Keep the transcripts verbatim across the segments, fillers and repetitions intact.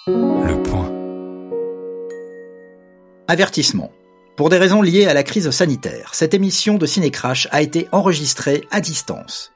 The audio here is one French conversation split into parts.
Le point. Avertissement. Pour des raisons liées à la crise sanitaire, cette émission de Cinécrash a été enregistrée à distance.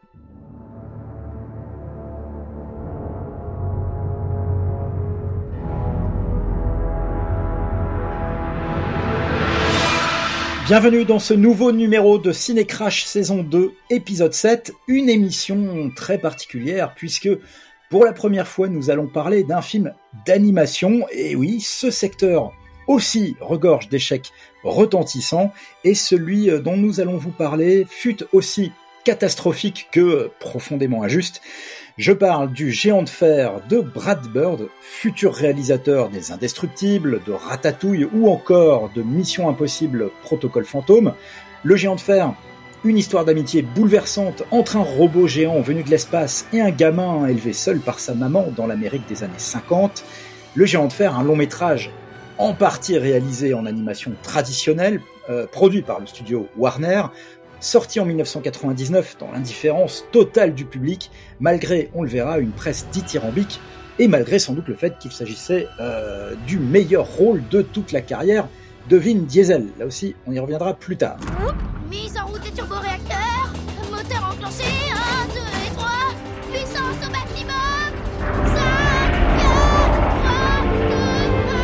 Bienvenue dans ce nouveau numéro de Cinécrash saison deux, épisode sept, une émission très particulière puisque pour la première fois nous allons parler d'un film d'animation, et oui, ce secteur aussi regorge d'échecs retentissants, et celui dont nous allons vous parler fut aussi catastrophique que profondément injuste. Je parle du Géant de fer de Brad Bird, futur réalisateur des Indestructibles, de Ratatouille ou encore de Mission Impossible Protocole Fantôme. Le Géant de fer, une histoire d'amitié bouleversante entre un robot géant venu de l'espace et un gamin élevé seul par sa maman dans l'Amérique des années cinquante. Le Géant de fer, un long métrage en partie réalisé en animation traditionnelle, euh, produit par le studio Warner, sorti en dix-neuf cent quatre-vingt-dix-neuf dans l'indifférence totale du public, malgré, on le verra, une presse dithyrambique, et malgré sans doute le fait qu'il s'agissait euh, du meilleur rôle de toute la carrière de Vin Diesel. Là aussi, on y reviendra plus tard. Mise en route des turboréacteurs, moteur enclenché, un, deux et trois, puissance au maximum, cinq, quatre, trois, deux,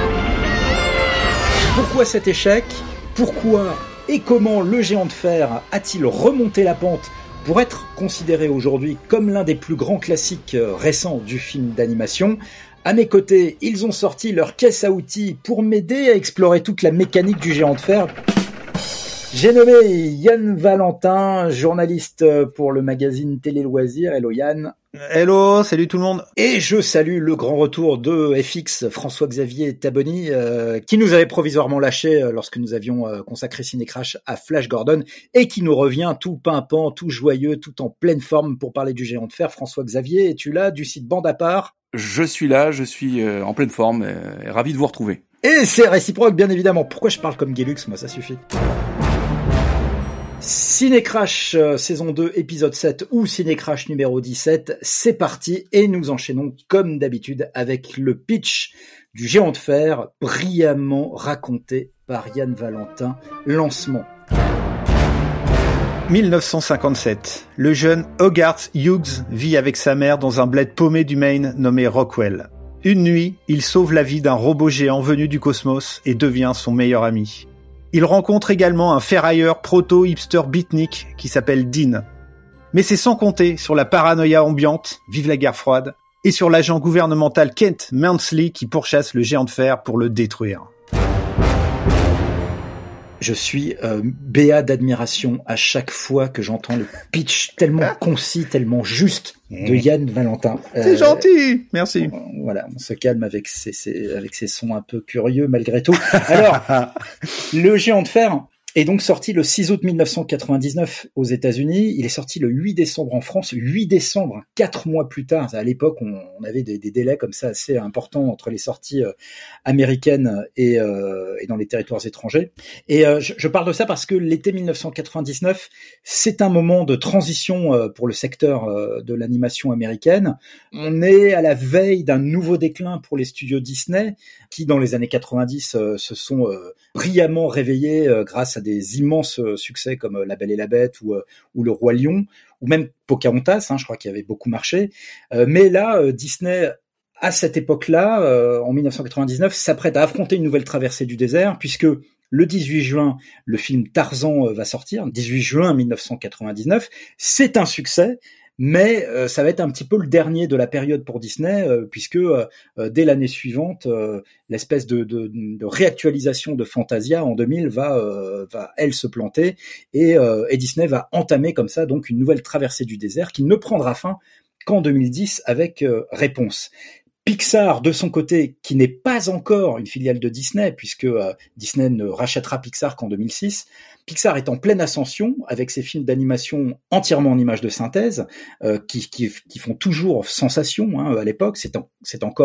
un, Pourquoi cet échec ? Pourquoi et comment le Géant de fer a-t-il remonté la pente pour être considéré aujourd'hui comme l'un des plus grands classiques récents du film d'animation ? À mes côtés, ils ont sorti leur caisse à outils pour m'aider à explorer toute la mécanique du Géant de fer. J'ai nommé Yann Valentin, journaliste pour le magazine Télé Loisirs. Hello Yann. Hello, salut tout le monde. Et je salue le grand retour de F X, François-Xavier Taboni, euh, qui nous avait provisoirement lâché lorsque nous avions euh, consacré Cinécrash à Flash Gordon, et qui nous revient tout pimpant, tout joyeux, tout en pleine forme pour parler du Géant de fer. François-Xavier, es-tu là, du site Bande à part ? Je suis là, je suis euh, en pleine forme, euh, et ravi de vous retrouver. Et c'est réciproque, bien évidemment. Pourquoi je parle comme Gélux ? Moi, ça suffit. Cinécrash euh, saison deux, épisode sept ou Cinécrash numéro dix-sept, c'est parti et nous enchaînons comme d'habitude avec le pitch du Géant de fer, brillamment raconté par Yann Valentin. Lancement. dix-neuf cent cinquante-sept. Le jeune Hogarth Hughes vit avec sa mère dans un bled paumé du Maine nommé Rockwell. Une nuit, il sauve la vie d'un robot géant venu du cosmos et devient son meilleur ami. Il rencontre également un ferrailleur proto-hipster beatnik qui s'appelle Dean. Mais c'est sans compter sur la paranoïa ambiante, vive la guerre froide, et sur l'agent gouvernemental Kent Mansley qui pourchasse le Géant de fer pour le détruire. Je suis euh, béat d'admiration à chaque fois que j'entends le pitch tellement concis, tellement juste de Yann Valentin. C'est euh, gentil, merci. Voilà, on se calme avec ces, ces, avec ces sons un peu curieux malgré tout. Alors, le Géant de fer est donc sorti le six août dix-neuf cent quatre-vingt-dix-neuf aux États-Unis. Il est sorti le huit décembre en France. huit décembre, quatre mois plus tard. À l'époque, on, on avait des, des délais comme ça assez importants entre les sorties euh, américaines et, euh, et dans les territoires étrangers. Et euh, je, je parle de ça parce que l'été dix-neuf cent quatre-vingt-dix-neuf, c'est un moment de transition euh, pour le secteur euh, de l'animation américaine. On est à la veille d'un nouveau déclin pour les studios Disney, qui dans les années quatre-vingt-dix euh, se sont euh, brillamment réveillés euh, grâce à des immenses succès comme La Belle et la Bête ou, ou Le Roi Lion, ou même Pocahontas, hein, je crois qu'il avait beaucoup marché. Euh, mais là, euh, Disney, à cette époque-là, euh, en dix-neuf cent quatre-vingt-dix-neuf, s'apprête à affronter une nouvelle traversée du désert, puisque le dix-huit juin, le film Tarzan euh, va sortir, dix-huit juin dix-neuf cent quatre-vingt-dix-neuf. C'est un succès, mais euh, ça va être un petit peu le dernier de la période pour Disney, euh, puisque euh, dès l'année suivante, euh, l'espèce de, de, de réactualisation de Fantasia en deux mille va, euh, va elle se planter, et, euh, et Disney va entamer comme ça donc une nouvelle traversée du désert qui ne prendra fin qu'en deux mille dix avec euh, Réponse. Pixar, de son côté, qui n'est pas encore une filiale de Disney, puisque euh, Disney ne rachètera Pixar qu'en deux mille six, Pixar est en pleine ascension avec ses films d'animation entièrement en images de synthèse, euh, qui, qui, qui font toujours sensation hein, à l'époque. C'est, en, c'est encore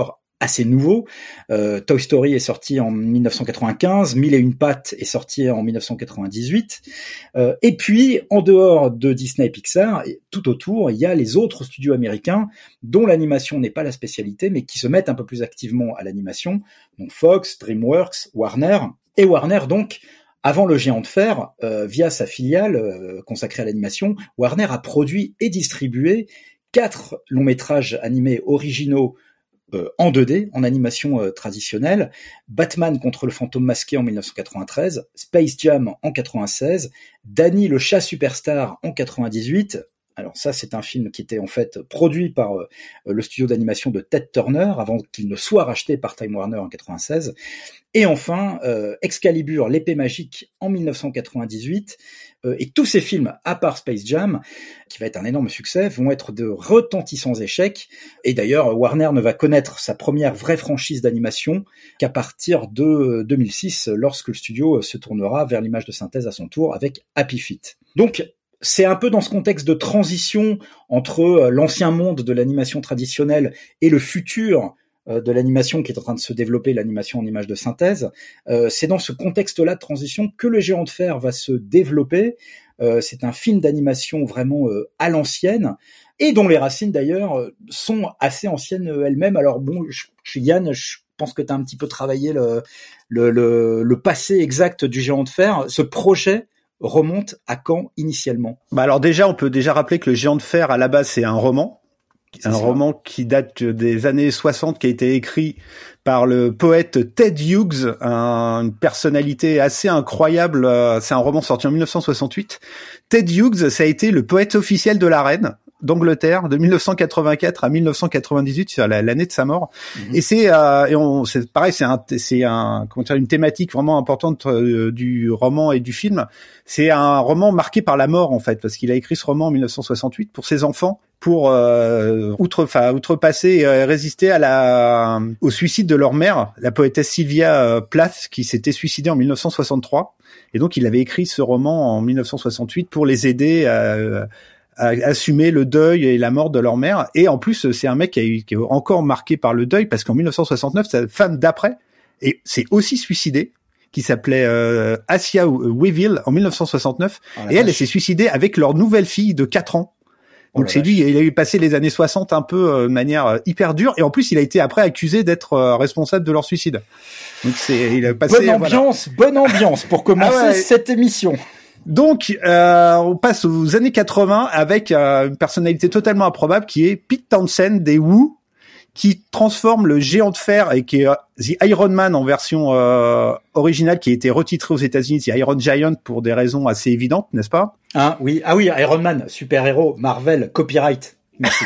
assez nouveau. Euh, Toy Story est sorti en dix-neuf cent quatre-vingt-quinze, Mille et une pattes est sorti en dix-neuf cent quatre-vingt-dix-huit. Euh, et puis, en dehors de Disney et Pixar, tout autour, il y a les autres studios américains dont l'animation n'est pas la spécialité, mais qui se mettent un peu plus activement à l'animation. Donc Fox, DreamWorks, Warner. Et Warner, donc, avant le géant de fer, euh, via sa filiale euh, consacrée à l'animation, Warner a produit et distribué quatre longs métrages animés originaux euh, en deux D, en animation euh, traditionnelle. Batman contre le fantôme masqué en dix-neuf cent quatre-vingt-treize, Space Jam en quatre-vingt-seize, Danny le chat superstar en quatre-vingt-dix-huit. Alors ça, c'est un film qui était en fait produit par euh, le studio d'animation de Ted Turner avant qu'il ne soit racheté par Time Warner en quatre-vingt-seize. Et enfin, euh, Excalibur, l'épée magique en dix-neuf cent quatre-vingt-dix-huit. Euh, et tous ces films, à part Space Jam, qui va être un énorme succès, vont être de retentissants échecs. Et d'ailleurs, Warner ne va connaître sa première vraie franchise d'animation qu'à partir de deux mille six, lorsque le studio se tournera vers l'image de synthèse à son tour avec Happy Feet. Donc, c'est un peu dans ce contexte de transition entre l'ancien monde de l'animation traditionnelle et le futur de l'animation qui est en train de se développer, l'animation en image de synthèse. Euh, c'est dans ce contexte-là de transition que le géant de fer va se développer. Euh, c'est un film d'animation vraiment euh, à l'ancienne et dont les racines d'ailleurs sont assez anciennes elles-mêmes. Alors bon, je, je, Yann, je pense que tu as un petit peu travaillé le, le, le, le passé exact du géant de fer. Ce projet remonte à quand initialement? Bah alors déjà, on peut déjà rappeler que le géant de fer à la base c'est un roman. C'est un ça. roman qui date des années soixante, qui a été écrit par le poète Ted Hughes, un, une personnalité assez incroyable. C'est un roman sorti en dix-neuf cent soixante-huit. Ted Hughes, ça a été le poète officiel de la reine d'Angleterre de dix-neuf cent quatre-vingt-quatre à dix-neuf cent quatre-vingt-dix-huit, c'est l'année de sa mort. Mm-hmm. Et c'est euh, et on c'est pareil, c'est un c'est un comment dire une thématique vraiment importante euh, du roman et du film. C'est un roman marqué par la mort en fait, parce qu'il a écrit ce roman en dix-neuf cent soixante-huit pour ses enfants, pour euh, outre enfin outrepasser et euh, résister à la au suicide de leur mère, la poétesse Sylvia euh, Plath, qui s'était suicidée en dix-neuf cent soixante-trois. Et donc il avait écrit ce roman en dix-neuf cent soixante-huit pour les aider à à assumer le deuil et la mort de leur mère. Et en plus, c'est un mec qui, a eu, qui est encore marqué par le deuil, parce qu'en dix-neuf cent soixante-neuf, sa femme d'après et s'est aussi suicidée, qui s'appelait euh, Asia Weevil en dix-neuf cent soixante-neuf. Oh, et elle, elle s'est suicidée avec leur nouvelle fille de quatre ans. Donc oh, c'est lui, il a eu passé les années soixante un peu euh, de manière euh, hyper dure. Et en plus, il a été après accusé d'être euh, responsable de leur suicide. Donc c'est, il a passé. Bonne ambiance, voilà. Bonne ambiance pour commencer ah ouais. cette émission. Donc, euh, on passe aux années quatre-vingts avec euh, une personnalité totalement improbable qui est Pete Townshend des Who, qui transforme le géant de fer et qui est euh, The Iron Man en version euh, originale, qui a été retitré aux États-Unis, The Iron Giant, pour des raisons assez évidentes, n'est-ce pas? Ah oui, ah oui, Iron Man, super-héros, Marvel, copyright. Merci.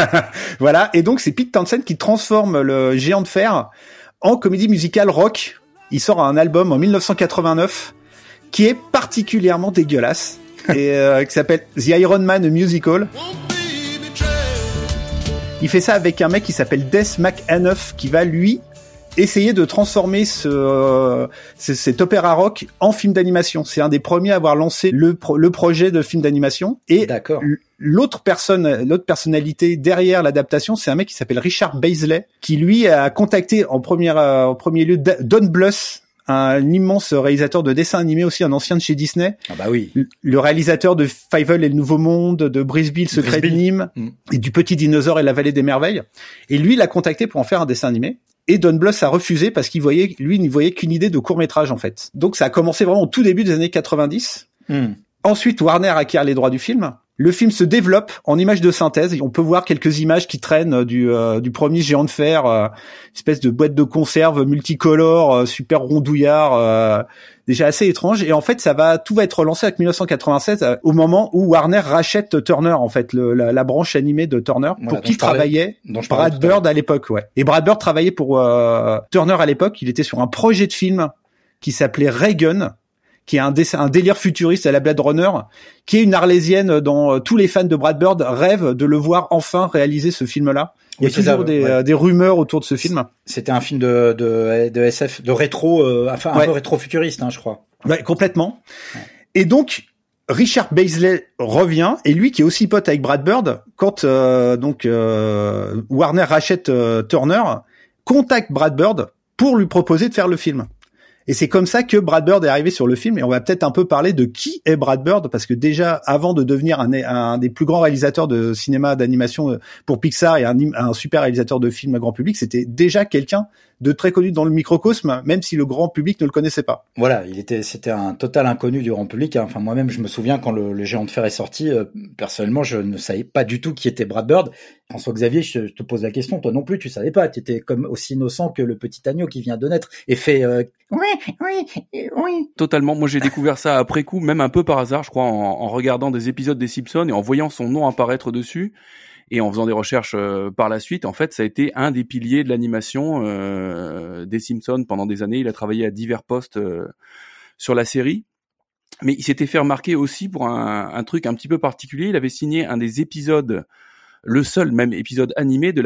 Voilà, et donc c'est Pete Townshend qui transforme le géant de fer en comédie musicale rock. Il sort un album en dix-neuf cent quatre-vingt-neuf qui est particulièrement dégueulasse et euh, qui s'appelle The Iron Man Musical. Il fait ça avec un mec qui s'appelle Des McAnuff, qui va lui essayer de transformer ce, euh, ce cet opéra rock en film d'animation. C'est un des premiers à avoir lancé le pro, le projet de film d'animation. Et D'accord. l'autre personne, l'autre personnalité derrière l'adaptation, c'est un mec qui s'appelle Richard Baisley, qui lui a contacté en premier euh, en premier lieu Don Bluth, un immense réalisateur de dessins animés, aussi un ancien de chez Disney. Ah bah oui. Le réalisateur de Fievel et le Nouveau Monde, de Brisby, le secret de Nîmes, mmh. et du Petit Dinosaure et la Vallée des Merveilles. Et lui, il l'a contacté pour en faire un dessin animé. Et Don Bluth a refusé parce qu'il voyait, lui, il n'y voyait qu'une idée de court-métrage, en fait. Donc ça a commencé vraiment au tout début des années quatre-vingt-dix. Mmh. Ensuite, Warner acquiert les droits du film. Le film se développe en images de synthèse. On peut voir quelques images qui traînent du, euh, du premier géant de fer, euh, espèce de boîte de conserve multicolore, euh, super rondouillard, euh, déjà assez étrange. Et en fait, ça va, tout va être relancé avec dix-neuf cent quatre-vingt-seize, euh, au moment où Warner rachète Turner, en fait, le, la, la branche animée de Turner, voilà, pour qui travaillait Brad Bird à l'époque, ouais. Et Brad Bird travaillait pour euh, Turner à l'époque. Il était sur un projet de film qui s'appelait Reagan, qui est un, dé- un délire futuriste à la Blade Runner, qui est une arlésienne dont euh, tous les fans de Brad Bird rêvent de le voir enfin réaliser ce film-là. Il y a oui, toujours ça, des, ouais. euh, des rumeurs autour de ce film. C'était un film de, de, de S F, de rétro, euh, enfin un ouais. peu rétro-futuriste, hein, je crois. Ouais, complètement. Ouais. Et donc, Richard Baisley revient, et lui qui est aussi pote avec Brad Bird, quand euh, donc euh, Warner rachète euh, Turner, contacte Brad Bird pour lui proposer de faire le film. Et c'est comme ça que Brad Bird est arrivé sur le film. Et on va peut-être un peu parler de qui est Brad Bird, parce que déjà, avant de devenir un, un des plus grands réalisateurs de cinéma d'animation pour Pixar et un, un super réalisateur de films à grand public, c'était déjà quelqu'un de très connu dans le microcosme, même si le grand public ne le connaissait pas. Voilà, il était, c'était un total inconnu du grand public. Enfin, moi-même, je me souviens quand le, le Géant de fer est sorti, euh, personnellement, je ne savais pas du tout qui était Brad Bird. François-Xavier, je te pose la question, toi non plus, tu savais pas. Tu étais comme aussi innocent que le petit agneau qui vient de naître et fait euh, oui, oui, oui. Totalement. Moi, j'ai découvert ça après coup, même un peu par hasard, je crois, en, en regardant des épisodes des Simpsons et en voyant son nom apparaître dessus. Et en faisant des recherches euh, par la suite, en fait, ça a été un des piliers de l'animation euh, des Simpsons pendant des années. Il a travaillé à divers postes euh, sur la série. Mais il s'était fait remarquer aussi pour un, un truc un petit peu particulier. Il avait signé un des épisodes, le seul même épisode animé de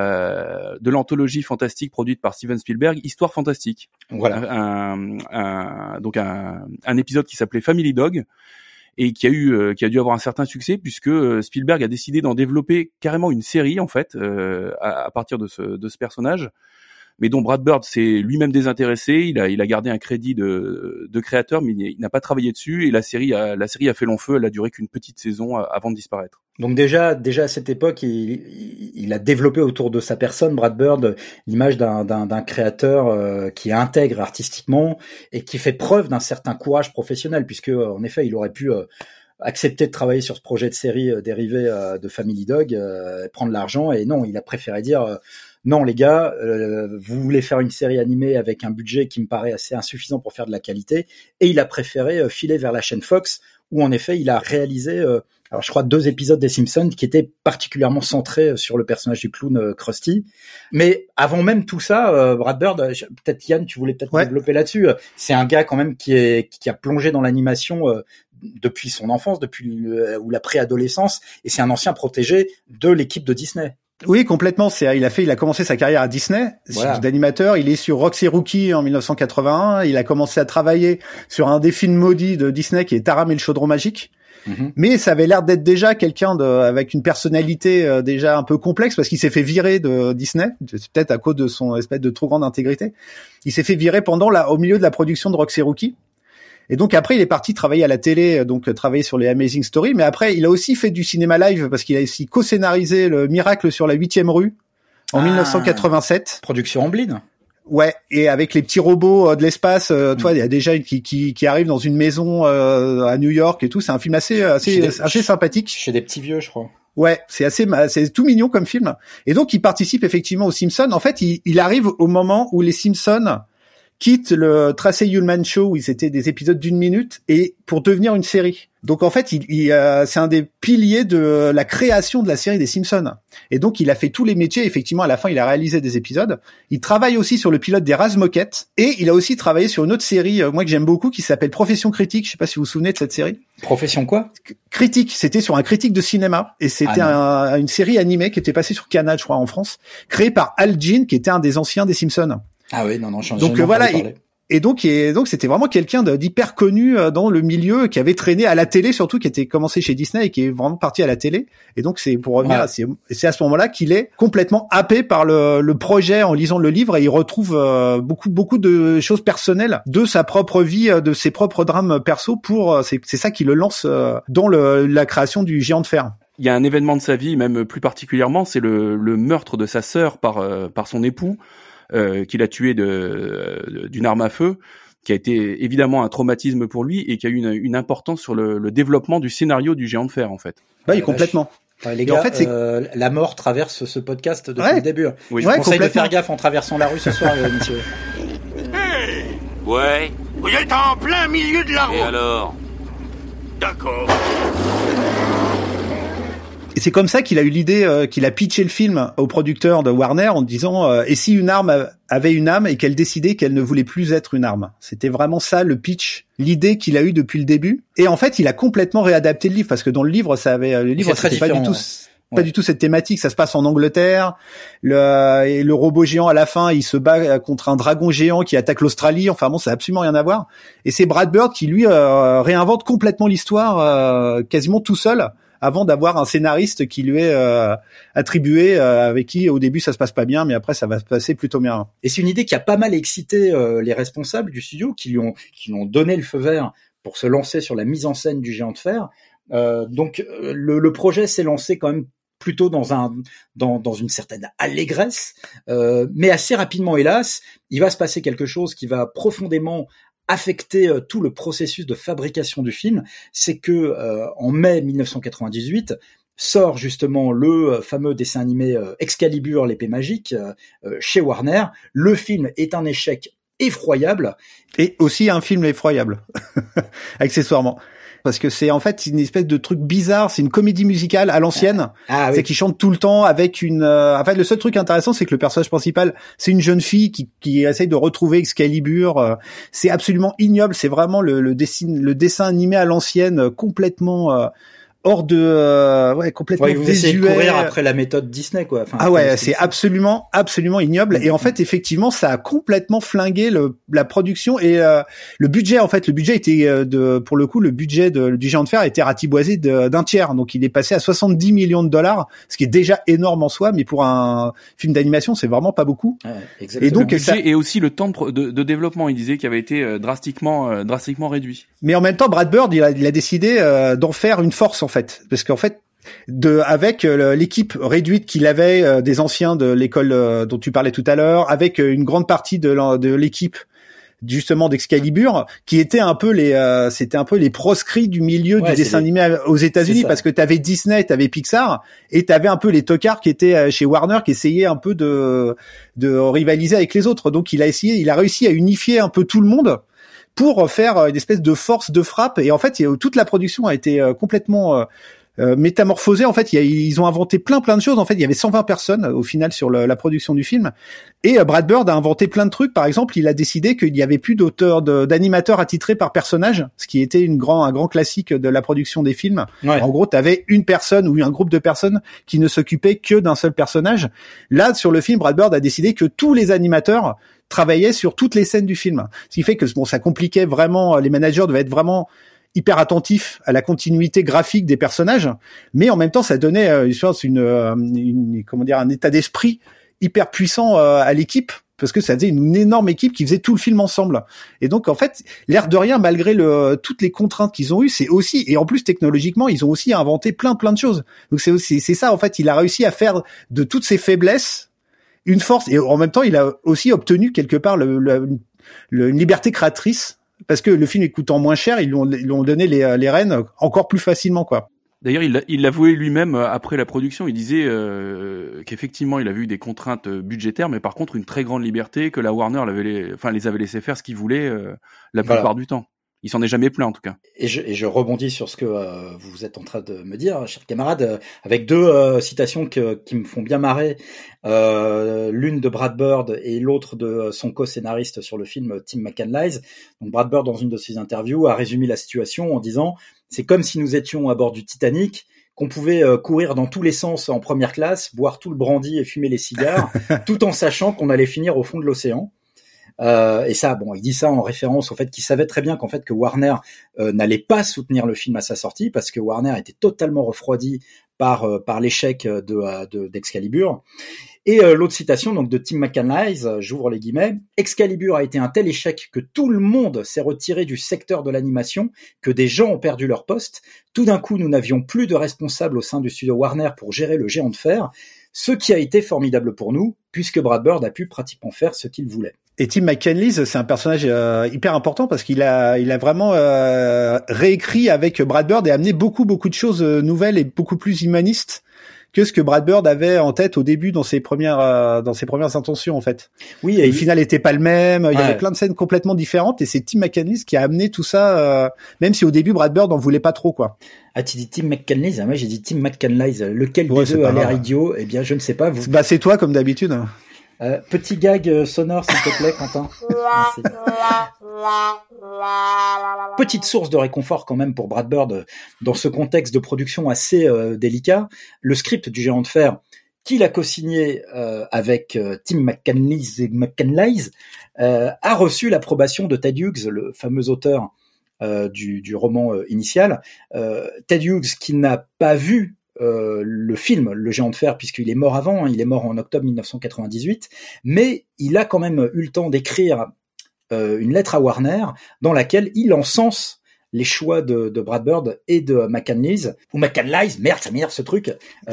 la de l'anthologie fantastique produite par Steven Spielberg, Histoire fantastique. Voilà. Un, un, donc un, un épisode qui s'appelait Family Dog. Et qui a eu, euh, qui a dû avoir un certain succès puisque euh, Spielberg a décidé d'en développer carrément une série en fait euh, à, à partir de ce, de ce personnage, mais dont Brad Bird s'est lui-même désintéressé. Il a, il a gardé un crédit de, de créateur, mais il n'a pas travaillé dessus. Et la série, a, la série a fait long feu. Elle a duré qu'une petite saison avant de disparaître. Donc déjà, déjà à cette époque, il, il a développé autour de sa personne, Brad Bird, l'image d'un, d'un, d'un créateur euh, qui est intègre artistiquement et qui fait preuve d'un certain courage professionnel, puisque en effet, il aurait pu euh, accepter de travailler sur ce projet de série euh, dérivé euh, de Family Dog, euh, prendre l'argent, et non, il a préféré dire euh, non les gars, euh, vous voulez faire une série animée avec un budget qui me paraît assez insuffisant pour faire de la qualité, et il a préféré euh, filer vers la chaîne Fox, où en effet, il a réalisé euh, alors je crois deux épisodes des Simpsons qui étaient particulièrement centrés sur le personnage du clown euh, Krusty. Mais avant même tout ça, euh, Brad Bird, peut-être Yann, tu voulais peut-être ouais. développer là-dessus. C'est un gars quand même qui est qui a plongé dans l'animation euh, depuis son enfance, depuis le, ou la préadolescence, et c'est un ancien protégé de l'équipe de Disney. Oui, complètement. C'est, il a fait, il a commencé sa carrière à Disney, voilà. d'animateur. Il est sur Roxy Rookie en dix-neuf cent quatre-vingt-un. Il a commencé à travailler sur un des films maudits de Disney qui est Taram et le chaudron magique. Mm-hmm. Mais ça avait l'air d'être déjà quelqu'un de, avec une personnalité euh, déjà un peu complexe parce qu'il s'est fait virer de Disney. C'est peut-être à cause de son espèce de trop grande intégrité. Il s'est fait virer pendant la, au milieu de la production de Roxy Rookie. Et donc après, il est parti travailler à la télé, donc travailler sur les Amazing Stories. Mais après, il a aussi fait du cinéma live parce qu'il a aussi co-scénarisé Le Miracle sur la huitième rue en ah, dix-neuf cent quatre-vingt-sept. Production Amblin. Ouais, et avec les petits robots euh, de l'espace, euh, mmh. tu vois, il y a déjà une qui qui qui arrive dans une maison euh, à New York et tout. C'est un film assez assez des, assez sympathique. Chez des petits vieux, je crois. Ouais, c'est assez, c'est tout mignon comme film. Et donc, il participe effectivement aux Simpsons. En fait, il, il arrive au moment où les Simpsons quittent le Tracey Ullman Show où ils étaient des épisodes d'une minute et pour devenir une série. Donc en fait, il, il euh, c'est un des piliers de la création de la série des Simpsons. Et donc il a fait tous les métiers. Effectivement, à la fin, il a réalisé des épisodes. Il travaille aussi sur le pilote des Razmoket et il a aussi travaillé sur une autre série, euh, moi que j'aime beaucoup, qui s'appelle Profession Critique. Je sais pas si vous vous souvenez de cette série. Profession quoi ? Critique. C'était sur un critique de cinéma et c'était ah un, une série animée qui était passée sur Canal, je crois, en France, créée par Al Jean, qui était un des anciens des Simpsons. Ah oui, non, non, j'en ai donc euh, voilà. Et, et donc, et donc, c'était vraiment quelqu'un d'hyper connu dans le milieu, qui avait traîné à la télé, surtout, qui était commencé chez Disney et qui est vraiment parti à la télé. Et donc, c'est pour revenir, ouais. c'est, c'est à ce moment-là qu'il est complètement happé par le, le projet en lisant le livre et il retrouve euh, beaucoup, beaucoup de choses personnelles de sa propre vie, de ses propres drames perso. Pour, c'est, c'est ça qui le lance euh, dans le, la création du Géant de fer. Il y a un événement de sa vie, même plus particulièrement, c'est le, le meurtre de sa sœur par, euh, par son époux. Euh, qu'il a tué de, de, d'une arme à feu, qui a été évidemment un traumatisme pour lui et qui a eu une, une importance sur le, le développement du scénario du Géant de fer, en fait. Oui, complètement. Ouais, les gars, en fait, c'est... Euh, la mort traverse ce podcast depuis ouais. le début. Oui. Je ouais, conseille de faire gaffe en traversant la rue ce soir, euh, monsieur. Hey ouais. Vous êtes en plein milieu de la route. Et alors ? D'accord. Et c'est comme ça qu'il a eu l'idée, euh, qu'il a pitché le film au producteur de Warner en disant euh, et si une arme avait une âme et qu'elle décidait qu'elle ne voulait plus être une arme. C'était vraiment ça le pitch, l'idée qu'il a eue depuis le début. Et en fait, il a complètement réadapté le livre parce que dans le livre, ça avait le livre c'était pas du tout ouais. pas du tout cette thématique. Ça se passe en Angleterre. Le et le robot géant à la fin, il se bat contre un dragon géant qui attaque l'Australie. Enfin bon, ça a absolument rien à voir. Et c'est Brad Bird qui lui euh, réinvente complètement l'histoire euh, quasiment tout seul. avant d'avoir un scénariste qui lui est euh, attribué, euh, avec qui au début ça se passe pas bien, mais après ça va se passer plutôt bien. Et c'est une idée qui a pas mal excité euh, les responsables du studio, qui lui ont qui lui ont donné le feu vert pour se lancer sur la mise en scène du Géant de Fer. Euh, donc le, le projet s'est lancé quand même plutôt dans un dans dans une certaine allégresse, euh, mais assez rapidement, hélas, il va se passer quelque chose qui va profondément affecter euh, tout le processus de fabrication du film. C'est que euh, en mai dix-neuf cent quatre-vingt-dix-huit sort justement le fameux dessin animé euh, Excalibur, l'épée magique, euh, euh, chez Warner. Le film est un échec effroyable. Et aussi un film effroyable, accessoirement. Parce que c'est en fait une espèce de truc bizarre, c'est une comédie musicale à l'ancienne, ah, oui. c'est qu'ils chantent tout le temps avec une... Euh... En fait, le seul truc intéressant, c'est que le personnage principal, c'est une jeune fille qui, qui essaye de retrouver Excalibur. Euh... C'est absolument ignoble, c'est vraiment le, le, dessin, le dessin animé à l'ancienne, euh, complètement... Euh... hors de euh, ouais complètement ouais, vous désuet. essayez de courir après la méthode Disney quoi. Enfin, ah ouais, c'est absolument absolument ignoble. Et en fait, effectivement, ça a complètement flingué le, la production et euh, le budget. En fait, le budget était euh, de pour le coup le budget de, du Géant de Fer a été ratiboisé de, d'un tiers. Donc, il est passé à soixante-dix millions de dollars, ce qui est déjà énorme en soi, mais pour un film d'animation, c'est vraiment pas beaucoup. Ouais, exactement. Et donc le budget ça... et aussi le temps de, de, de développement, il disait qu'il avait été euh, drastiquement euh, drastiquement réduit. Mais en même temps, Brad Bird, il a, il a décidé euh, d'en faire une force en fait, parce qu'en fait, de avec euh, l'équipe réduite qu'il avait euh, des anciens de l'école euh, dont tu parlais tout à l'heure, avec euh, une grande partie de, la, de l'équipe justement d'Excalibur, qui étaient un peu les, euh, c'était un peu les proscrits du milieu ouais, du dessin des... animé aux États-Unis, parce que t'avais Disney, t'avais Pixar, et t'avais un peu les tocards qui étaient chez Warner, qui essayaient un peu de de rivaliser avec les autres. Donc il a essayé, il a réussi à unifier un peu tout le monde pour faire une espèce de force de frappe. Et en fait, toute la production a été complètement euh, euh, métamorphosée. En fait, il y a, ils ont inventé plein plein de choses. En fait, il y avait cent vingt personnes au final sur le, la production du film. Et euh, Brad Bird a inventé plein de trucs. Par exemple, il a décidé qu'il n'y avait plus d'auteurs, de, d'animateurs attitrés par personnage, ce qui était une grand, un grand classique de la production des films. Ouais. En gros, tu avais une personne ou un groupe de personnes qui ne s'occupaient que d'un seul personnage. Là, sur le film, Brad Bird a décidé que tous les animateurs travaillait sur toutes les scènes du film. Ce qui fait que bon, ça compliquait vraiment, les managers devaient être vraiment hyper attentifs à la continuité graphique des personnages, mais en même temps, ça donnait euh, une, une, une, comment dire, un état d'esprit hyper puissant euh, à l'équipe, parce que ça faisait une énorme équipe qui faisait tout le film ensemble. Et donc, en fait, l'air de rien, malgré le, toutes les contraintes qu'ils ont eues, c'est aussi, et en plus, technologiquement, ils ont aussi inventé plein, plein de choses. Donc, c'est aussi, c'est ça, en fait, il a réussi à faire de toutes ces faiblesses une force, et en même temps, il a aussi obtenu quelque part le, le, le, une liberté créatrice, parce que le film est coûtant moins cher, ils lui ont, ils lui ont donné les, les rênes encore plus facilement, quoi. D'ailleurs, il, il l'avouait lui-même après la production. Il disait euh, qu'effectivement, il avait eu des contraintes budgétaires, mais par contre, une très grande liberté, que la Warner l'avait les, enfin, les avait laissé faire ce qu'ils voulaient euh, la plupart voilà. du temps. Il s'en est jamais plaint, en tout cas. Et je, et je rebondis sur ce que euh, vous êtes en train de me dire, chers camarades, euh, avec deux euh, citations que, qui me font bien marrer. Euh, l'une de Brad Bird et l'autre de son co-scénariste sur le film, Tim McCanlies. Donc Brad Bird, dans une de ses interviews, a résumé la situation en disant « C'est comme si nous étions à bord du Titanic, qu'on pouvait euh, courir dans tous les sens en première classe, boire tout le brandy et fumer les cigares, tout en sachant qu'on allait finir au fond de l'océan. » Euh, et ça, bon, il dit ça en référence au fait qu'il savait très bien qu'en fait que Warner euh, n'allait pas soutenir le film à sa sortie, parce que Warner était totalement refroidi par euh, par l'échec de, de d'Excalibur. Et euh, l'autre citation donc de Tim McCanlies, euh, j'ouvre les guillemets, Excalibur a été un tel échec que tout le monde s'est retiré du secteur de l'animation, que des gens ont perdu leur poste. Tout d'un coup, nous n'avions plus de responsables au sein du studio Warner pour gérer le Géant de Fer, ce qui a été formidable pour nous, puisque Brad Bird a pu pratiquement faire ce qu'il voulait. Et Tim McCanlies, c'est un personnage euh, hyper important parce qu'il a, il a vraiment euh, réécrit avec Brad Bird et amené beaucoup, beaucoup de choses nouvelles et beaucoup plus humanistes que ce que Brad Bird avait en tête au début dans ses premières, euh, dans ses premières intentions en fait. Oui. Et le il... final était pas le même. Il ouais. y avait plein de scènes complètement différentes et c'est Tim McCanlies qui a amené tout ça, euh, même si au début Brad Bird en voulait pas trop quoi. Ah, tu dis Tim McCanlies, moi j'ai dit Tim McCanlies. Lequel ouais, des deux a l'air idiot? Eh bien, je ne sais pas. Vous... Bah, c'est toi comme d'habitude. Euh, petit gag euh, sonore s'il te plaît, Quentin. Merci. Petite source de réconfort quand même pour Brad Bird euh, dans ce contexte de production assez euh, délicat. Le script du Géant de Fer, qu'il a co-signé euh, avec euh, Tim McCanlies, McCanlies euh, a reçu l'approbation de Ted Hughes, le fameux auteur euh, du, du roman euh, initial. Euh, Ted Hughes, qui n'a pas vu euh, le film Le Géant de Fer, puisqu'il est mort avant, hein, il est mort en octobre mille neuf cent quatre-vingt-dix-huit, mais il a quand même eu le temps d'écrire euh, une lettre à Warner dans laquelle il encense les choix de, de Brad Bird et de McCann-Lees, ou McCann-Lees, merde, ça m'énerve ce truc, euh,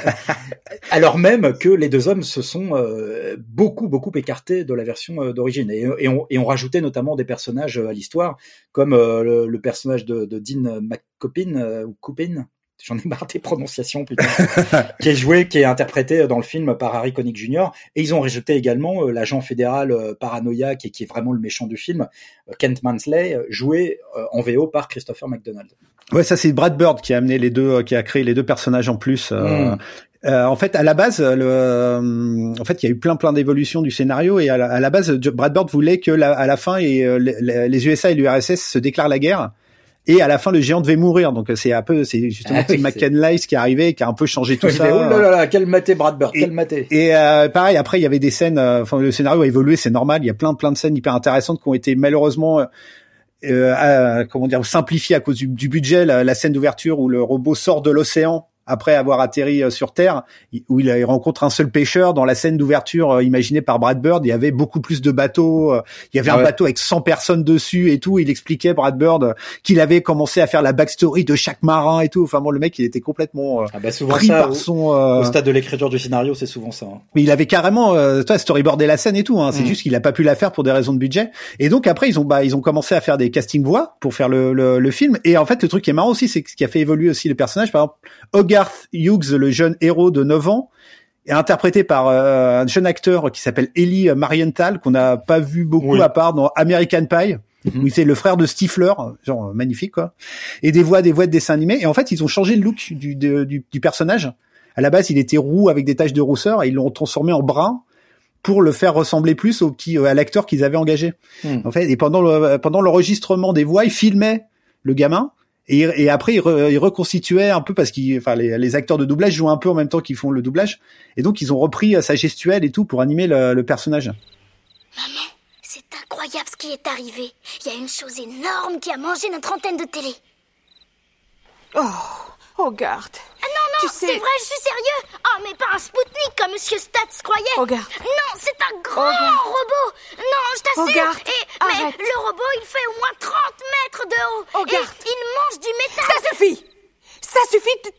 alors même que les deux hommes se sont euh, beaucoup, beaucoup écartés de la version euh, d'origine. Et, et, on, et on rajoutait notamment des personnages à l'histoire, comme euh, le, le personnage de, de Dean McCoppin, euh, ou Coupin, j'en ai marre des prononciations, putain, qui est joué, qui est interprété dans le film par Harry Connick junior Et ils ont rajouté également euh, l'agent fédéral euh, paranoïaque, et qui est vraiment le méchant du film, euh, Kent Mansley, joué euh, en V O par Christopher McDonald. Ouais, ça c'est Brad Bird qui a amené les deux, qui a créé les deux personnages en plus. Euh, mm. euh, en fait, à la base, le, euh, en fait, il y a eu plein plein d'évolutions du scénario, et à la, à la base, Brad Bird voulait que la, à la fin, et, euh, les, les U S A et l'U R S S se déclarent la guerre. Et à la fin, le géant devait mourir. Donc c'est un peu, c'est justement ah, oui, McCann-Lees qui est arrivé, qui a un peu changé tout oui, ça. Oh là là là, quel maté Brad Bird, quel maté. Et euh, pareil, après il y avait des scènes. Enfin, euh, le scénario a évolué, c'est normal. Il y a plein plein de scènes hyper intéressantes qui ont été malheureusement, euh, euh, comment dire, simplifiées à cause du, du budget. La, la scène d'ouverture où le robot sort de l'océan après avoir atterri sur Terre, où il rencontre un seul pêcheur. Dans la scène d'ouverture imaginée par Brad Bird, il y avait beaucoup plus de bateaux. Il y avait ouais. un bateau avec cent personnes dessus et tout. Il expliquait, Brad Bird, qu'il avait commencé à faire la backstory de chaque marin et tout. Enfin bon, le mec, il était complètement ah bah souvent pris ça, par au, son... Euh... Au stade de l'écriture du scénario, c'est souvent ça. Hein. Mais il avait carrément, euh, toi, storyboardé la scène et tout. Hein. C'est mmh. juste qu'il a pas pu la faire pour des raisons de budget. Et donc après, ils ont, bah, ils ont commencé à faire des casting voix pour faire le, le, le film. Et en fait, le truc qui est marrant aussi, c'est que ce qui a fait évoluer aussi les personnages. Par exemple, Hogarth Hughes, le jeune héros de neuf ans, est interprété par euh, un jeune acteur qui s'appelle Eli Marienthal, qu'on n'a pas vu beaucoup oui. à part dans American Pie, mm-hmm. où c'est le frère de Stifler, genre magnifique quoi, et des voix, des voix de dessins animés. Et en fait, ils ont changé le look du, de, du, du personnage. À la base, il était roux avec des taches de rousseur, et ils l'ont transformé en brun pour le faire ressembler plus au petit, à l'acteur qu'ils avaient engagé. Mm. En fait, et pendant le, pendant l'enregistrement des voix, ils filmaient le gamin. Et, et après, ils, re, ils reconstituaient un peu parce qu'ils, enfin, les, les acteurs de doublage jouent un peu en même temps qu'ils font le doublage. Et donc, ils ont repris sa gestuelle et tout pour animer le, le personnage. Maman, c'est incroyable ce qui est arrivé. Il y a une chose énorme qui a mangé notre antenne de télé. Oh, Hogarth. Ah non, non, sais... c'est vrai, je suis sérieux. Oh, mais pas un Spoutnik comme Monsieur Stats croyait. Hogarth. Non, c'est un grand Hogarth. robot. Non, je t'assure. Hogarth, et, mais arrête. le robot, il fait au moins trente mètres de haut. Hogarth. Et il mange du métal. Ça suffit. Ça suffit. De...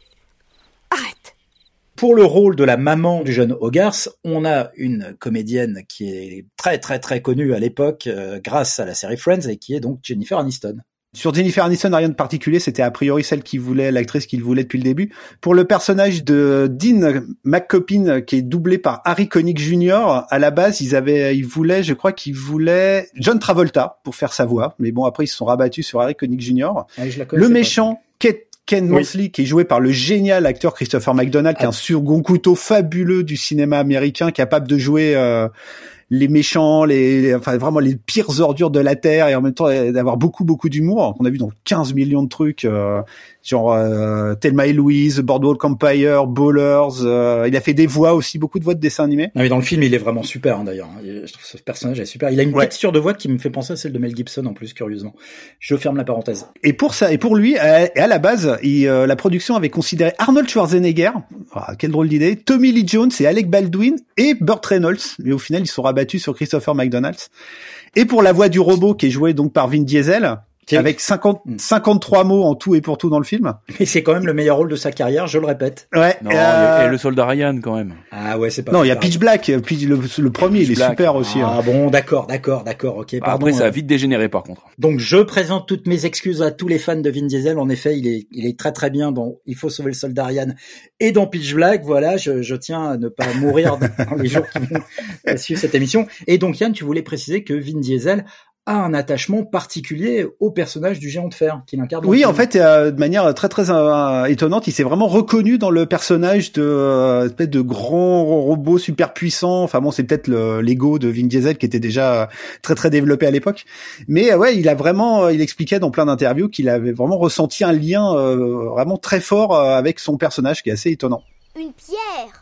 Arrête. Pour le rôle de la maman du jeune Hogarth, on a une comédienne qui est très très très connue à l'époque euh, grâce à la série Friends, et qui est donc Jennifer Aniston. Sur Jennifer Aniston, rien de particulier, c'était a priori celle qui voulait, l'actrice qu'il voulait depuis le début. Pour le personnage de Dean McCoppin, qui est doublé par Harry Connick junior, à la base, ils avaient, ils voulaient, je crois qu'ils voulaient John Travolta pour faire sa voix. Mais bon, après, ils se sont rabattus sur Harry Connick junior Ah, je la le méchant, Ken, Ken oui. Mosley, qui est joué par le génial acteur Christopher McDonald, ah. qui est un second couteau fabuleux du cinéma américain, capable de jouer, euh, les méchants, les, les, enfin vraiment les pires ordures de la terre, et en même temps d'avoir beaucoup beaucoup d'humour qu'on a vu dans quinze millions de trucs, euh, genre euh, Thelma et Louise, Boardwalk Empire, Ballers. Euh, il a fait des voix aussi, beaucoup de voix de dessins animés. Non, mais dans le film, il est vraiment super hein, d'ailleurs. Je trouve ce personnage est super. Il a une ouais. texture de voix qui me fait penser à celle de Mel Gibson en plus, curieusement. Je ferme la parenthèse. Et pour ça, et pour lui, à, à la base, il, euh, la production avait considéré Arnold Schwarzenegger, ah, quelle drôle d'idée, Tommy Lee Jones et Alec Baldwin et Burt Reynolds. Mais au final, ils se sont rabattus sur Christopher McDonald. Et pour la voix du robot, qui est jouée donc par Vin Diesel, Qui... avec cinquante, cinquante-trois mots en tout et pour tout dans le film. Et c'est quand même le meilleur rôle de sa carrière, je le répète. Ouais. Non, euh... et le soldat Ryan quand même. Ah ouais, c'est pas. Non, il y a Pitch Black, puis le, le premier, Pitch il est Black. Super aussi. Ah hein. bon, d'accord, d'accord, d'accord, ok. Pardon, Après, ça a euh... vite dégénéré par contre. Donc, je présente toutes mes excuses à tous les fans de Vin Diesel. En effet, il est, il est très très bien dans Il faut sauver le soldat Ryan et dans Pitch Black. Voilà, je, je tiens à ne pas mourir dans les jours qui vont suivre cette émission. Et donc, Yann, tu voulais préciser que Vin Diesel a un attachement particulier au personnage du géant de fer qu'il incarne. Oui, en fait, euh, de manière très très euh, étonnante, il s'est vraiment reconnu dans le personnage de euh, espèce de grand robot super puissant. Enfin bon, c'est peut-être le, l'ego de Vin Diesel qui était déjà très très développé à l'époque. Mais euh, ouais, il a vraiment, il expliquait dans plein d'interviews qu'il avait vraiment ressenti un lien euh, vraiment très fort euh, avec son personnage, qui est assez étonnant. Une pierre.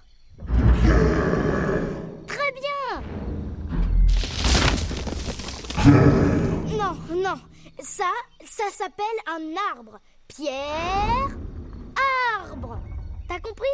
Très bien. Non, non, Ça, ça s'appelle un arbre. Pierre, arbre. T'as compris?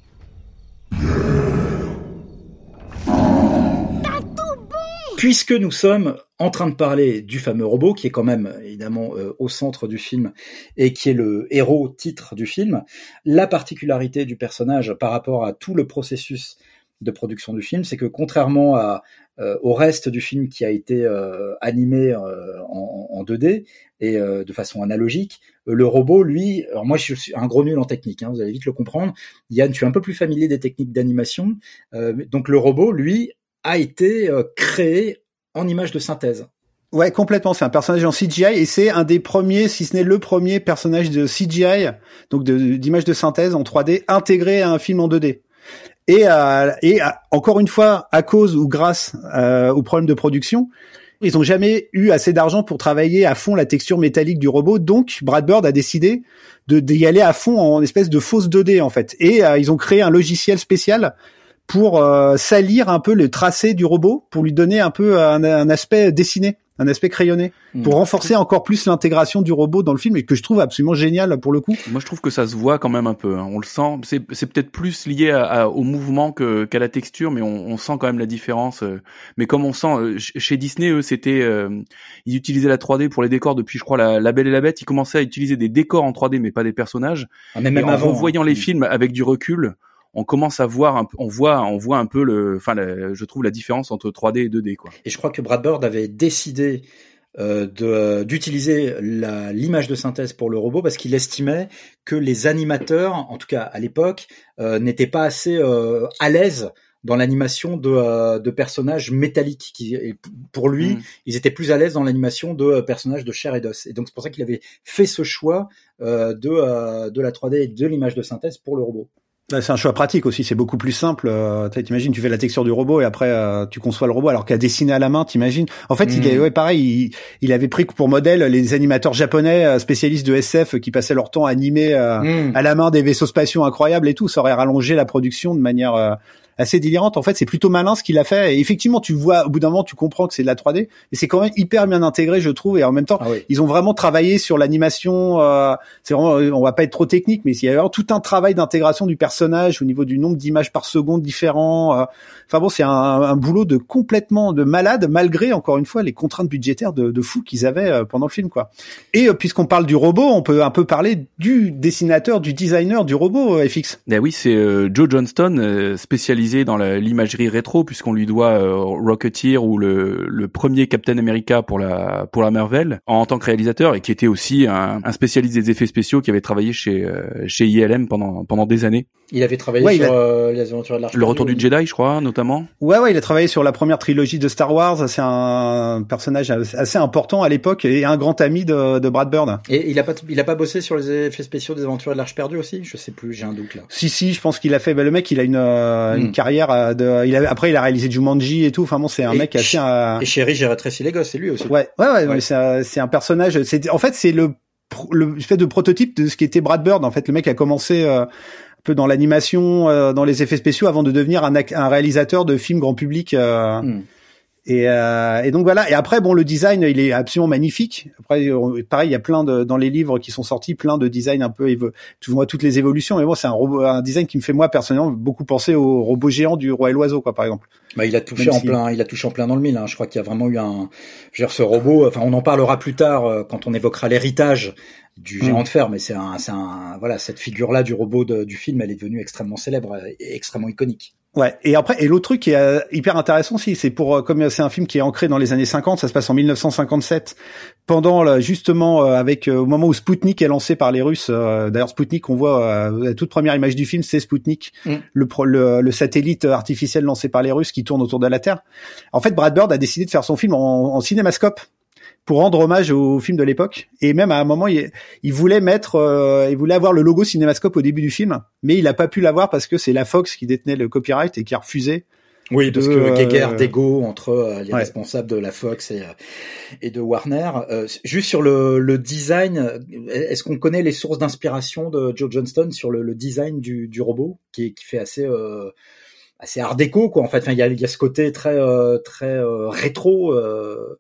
T'as tout bon! Puisque nous sommes en train de parler du fameux robot, qui est quand même évidemment euh, au centre du film et qui est le héros titre du film, la particularité du personnage par rapport à tout le processus de production du film, c'est que contrairement à, euh, au reste du film qui a été euh, animé euh, en, en deux D et euh, de façon analogique, euh, le robot, lui, alors moi je suis un gros nul en technique, hein, vous allez vite le comprendre. Yann, tu es un peu plus familier des techniques d'animation, euh, donc le robot, lui, a été euh, créé en image de synthèse. Ouais, complètement. C'est un personnage en C G I et c'est un des premiers, si ce n'est le premier personnage de C G I, donc de, d'image de synthèse en trois D intégré à un film en deux D. Et, euh, et euh, encore une fois, à cause ou grâce euh, aux problèmes de production, ils ont jamais eu assez d'argent pour travailler à fond la texture métallique du robot. Donc, Brad Bird a décidé de d'y aller à fond en espèce de fausse deux D en fait. Et euh, ils ont créé un logiciel spécial pour euh, salir un peu le tracé du robot, pour lui donner un peu un, un aspect dessiné, un aspect crayonné, mmh. pour renforcer encore plus l'intégration du robot dans le film, et que je trouve absolument génial pour le coup. Moi, je trouve que ça se voit quand même un peu. Hein. On le sent. C'est, c'est peut-être plus lié à, à, au mouvement que, qu'à la texture, mais on, on sent quand même la différence. Mais comme on sent, euh, chez Disney, eux, c'était, euh, ils utilisaient la trois D pour les décors depuis, je crois, la, la Belle et la Bête. Ils commençaient à utiliser des décors en trois D, mais pas des personnages. Ah, mais même et avant, en voyant hein. les films avec du recul, on commence à voir, un, on voit, on voit un peu le, enfin, la, je trouve la différence entre trois D et deux D, quoi. Et je crois que Brad Bird avait décidé euh, de d'utiliser la, l'image de synthèse pour le robot parce qu'il estimait que les animateurs, en tout cas à l'époque, euh, n'étaient pas assez euh, à l'aise dans l'animation de, euh, de personnages métalliques. Qui, et pour lui, mmh. ils étaient plus à l'aise dans l'animation de euh, personnages de chair et d'os. Et donc c'est pour ça qu'il avait fait ce choix euh, de euh, de la trois D et de l'image de synthèse pour le robot. C'est un choix pratique aussi, c'est beaucoup plus simple. Euh, t'imagines, tu fais la texture du robot et après euh, tu conçois le robot, alors qu'à dessiner à la main, t'imagines. En fait, mmh. il est ouais pareil, il, il avait pris pour modèle les animateurs japonais spécialistes de S F qui passaient leur temps à animer euh, mmh. à la main des vaisseaux spatiaux incroyables et tout. Ça aurait rallongé la production de manière euh, assez délirante. En fait, c'est plutôt malin ce qu'il a fait. Et effectivement, tu vois, au bout d'un moment, tu comprends que c'est de la trois D. Et c'est quand même hyper bien intégré, je trouve. Et en même temps, ah oui. ils ont vraiment travaillé sur l'animation. Euh, c'est vraiment, on va pas être trop technique, mais il y a vraiment tout un travail d'intégration du personnage au niveau du nombre d'images par seconde différents. Euh, enfin bon, c'est un, un boulot de complètement de malade, malgré encore une fois les contraintes budgétaires de, de fou qu'ils avaient euh, pendant le film, quoi. Et euh, puisqu'on parle du robot, on peut un peu parler du dessinateur, du designer du robot, euh, F X. Ben oui, c'est euh, Joe Johnston, euh, spécialisé dans la, l'imagerie rétro, puisqu'on lui doit euh, Rocketeer ou le, le premier Captain America pour la pour la Marvel en tant que réalisateur, et qui était aussi un, un spécialiste des effets spéciaux qui avait travaillé chez euh, chez I L M pendant pendant des années. Il avait travaillé ouais, sur a... euh, les aventures de l'Arche. Le Retour du Jedi, je crois, notamment. Ouais, ouais, il a travaillé sur la première trilogie de Star Wars. C'est un personnage assez important à l'époque et un grand ami de, de Brad Bird. Et il a pas, il a pas bossé sur les effets spéciaux des aventures de l'Arche perdue aussi? Je sais plus, j'ai un doute là. Si, si, je pense qu'il a fait. Ben, le mec, il a une, euh, mm. une carrière de. Il a, après, il a réalisé Jumanji et tout. Enfin bon, c'est un et mec assez. Euh... Et Chéri, j'ai rétréci les gosses, c'est lui aussi. Ouais, ouais, ouais. ouais. Mais c'est, un, c'est un personnage. C'est, en fait, c'est le le fait de prototype de ce qui était Brad Bird. En fait, le mec a commencé. Euh, peu dans l'animation, euh, dans les effets spéciaux, avant de devenir un, un réalisateur de films grand public. Euh, mm. et, euh, et donc voilà. Et après, bon, le design, il est absolument magnifique. Après, pareil, il y a plein de dans les livres qui sont sortis, plein de designs un peu, évo- tu vois toutes les évolutions. Mais bon, c'est un robot, un design qui me fait moi personnellement beaucoup penser au robot géant du Roi et l'Oiseau, quoi, par exemple. Bah, il a touché Même en si... plein, il a touché en plein dans le mille. Hein. Je crois qu'il y a vraiment eu un, je veux dire, ce robot. Enfin, on en parlera plus tard quand on évoquera l'héritage du géant mmh. de fer, mais c'est un, c'est un, voilà, cette figure-là du robot de, du film, elle est devenue extrêmement célèbre et extrêmement iconique. Ouais. Et après, et l'autre truc qui est euh, hyper intéressant aussi, c'est pour, comme c'est un film qui est ancré dans les années cinquante, ça se passe en mille neuf cent cinquante-sept, pendant, là, justement, euh, avec, euh, au moment où Spoutnik est lancé par les Russes. Euh, d'ailleurs, Spoutnik, on voit, euh, la toute première image du film, c'est Spoutnik, mmh. le, le, le satellite artificiel lancé par les Russes qui tourne autour de la Terre. En fait, Brad Bird a décidé de faire son film en, en cinémascope, pour rendre hommage au film de l'époque. Et même à un moment, il, il voulait mettre, euh, il voulait avoir le logo Cinémascope au début du film, mais il a pas pu l'avoir parce que c'est la Fox qui détenait le copyright et qui a refusé. Oui, parce de, que euh, guerre euh, d'ego entre euh, les ouais. responsables de la Fox et, et de Warner. Euh, juste sur le, le design, est-ce qu'on connaît les sources d'inspiration de Joe Johnston sur le, le design du, du robot, qui, qui fait assez euh, assez art déco, quoi. En fait, enfin, il y a, il y a ce côté très euh, très euh, rétro. Euh,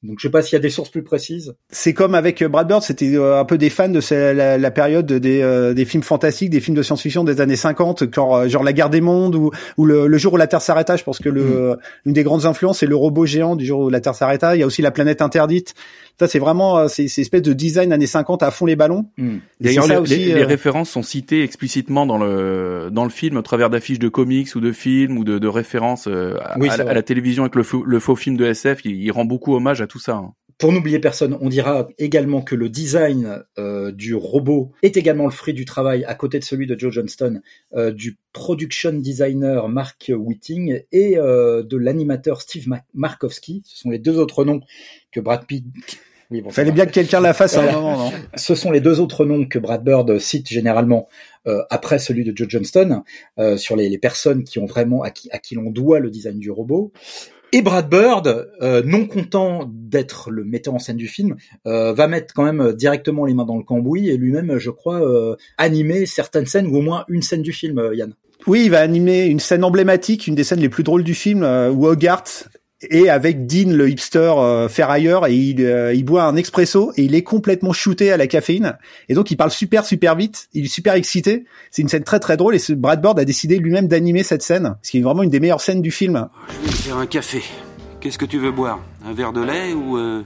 Donc je sais pas s'il y a des sources plus précises. C'est comme avec Brad Bird, c'était euh, un peu des fans de ce, la, la période des, euh, des films fantastiques, des films de science-fiction des années cinquante, genre, euh, genre La Guerre des Mondes ou, ou le, le jour où la Terre s'arrêta. Je pense que le, mmh. une des grandes influences, c'est le robot géant du jour où la Terre s'arrêta. Il y a aussi La Planète Interdite. Ça, c'est vraiment, c'est, c'est espèce de design années cinquante à fond les ballons. Mmh. D'ailleurs, les, aussi, les, euh... les références sont citées explicitement dans le, dans le film, au travers d'affiches de comics ou de films ou de, de références euh, à, oui, à, à la télévision avec le faux, le faux film de S F. Il, il rend beaucoup hommage à tout ça. Hein. Pour n'oublier personne, on dira également que le design euh, du robot est également le fruit du travail, à côté de celui de Joe Johnston, euh, du production designer Mark Whiting et euh, de l'animateur Steve Markowski. Ce sont les deux autres noms que Brad Pitt... Oui, bon, fallait bien que quelqu'un la fasse à un moment, non? Ce sont les deux autres noms que Brad Bird cite généralement euh, après celui de Joe Johnston euh, sur les, les personnes qui ont vraiment à qui, à qui l'on doit le design du robot. Et Brad Bird, euh, non content d'être le metteur en scène du film, euh, va mettre quand même directement les mains dans le cambouis et lui-même, je crois, euh, animer certaines scènes ou au moins une scène du film, euh, Yann. Oui, il va animer une scène emblématique, une des scènes les plus drôles du film, euh, où Hogarth et avec Dean le hipster euh, ferrailleur et il, euh, il boit un expresso et il est complètement shooté à la caféine et donc il parle super super vite, il est super excité. C'est une scène très très drôle et ce Brad Bird a décidé lui-même d'animer cette scène, ce qui est vraiment une des meilleures scènes du film. Je vais me faire un café. Qu'est-ce que tu veux boire? Un verre de lait ou euh,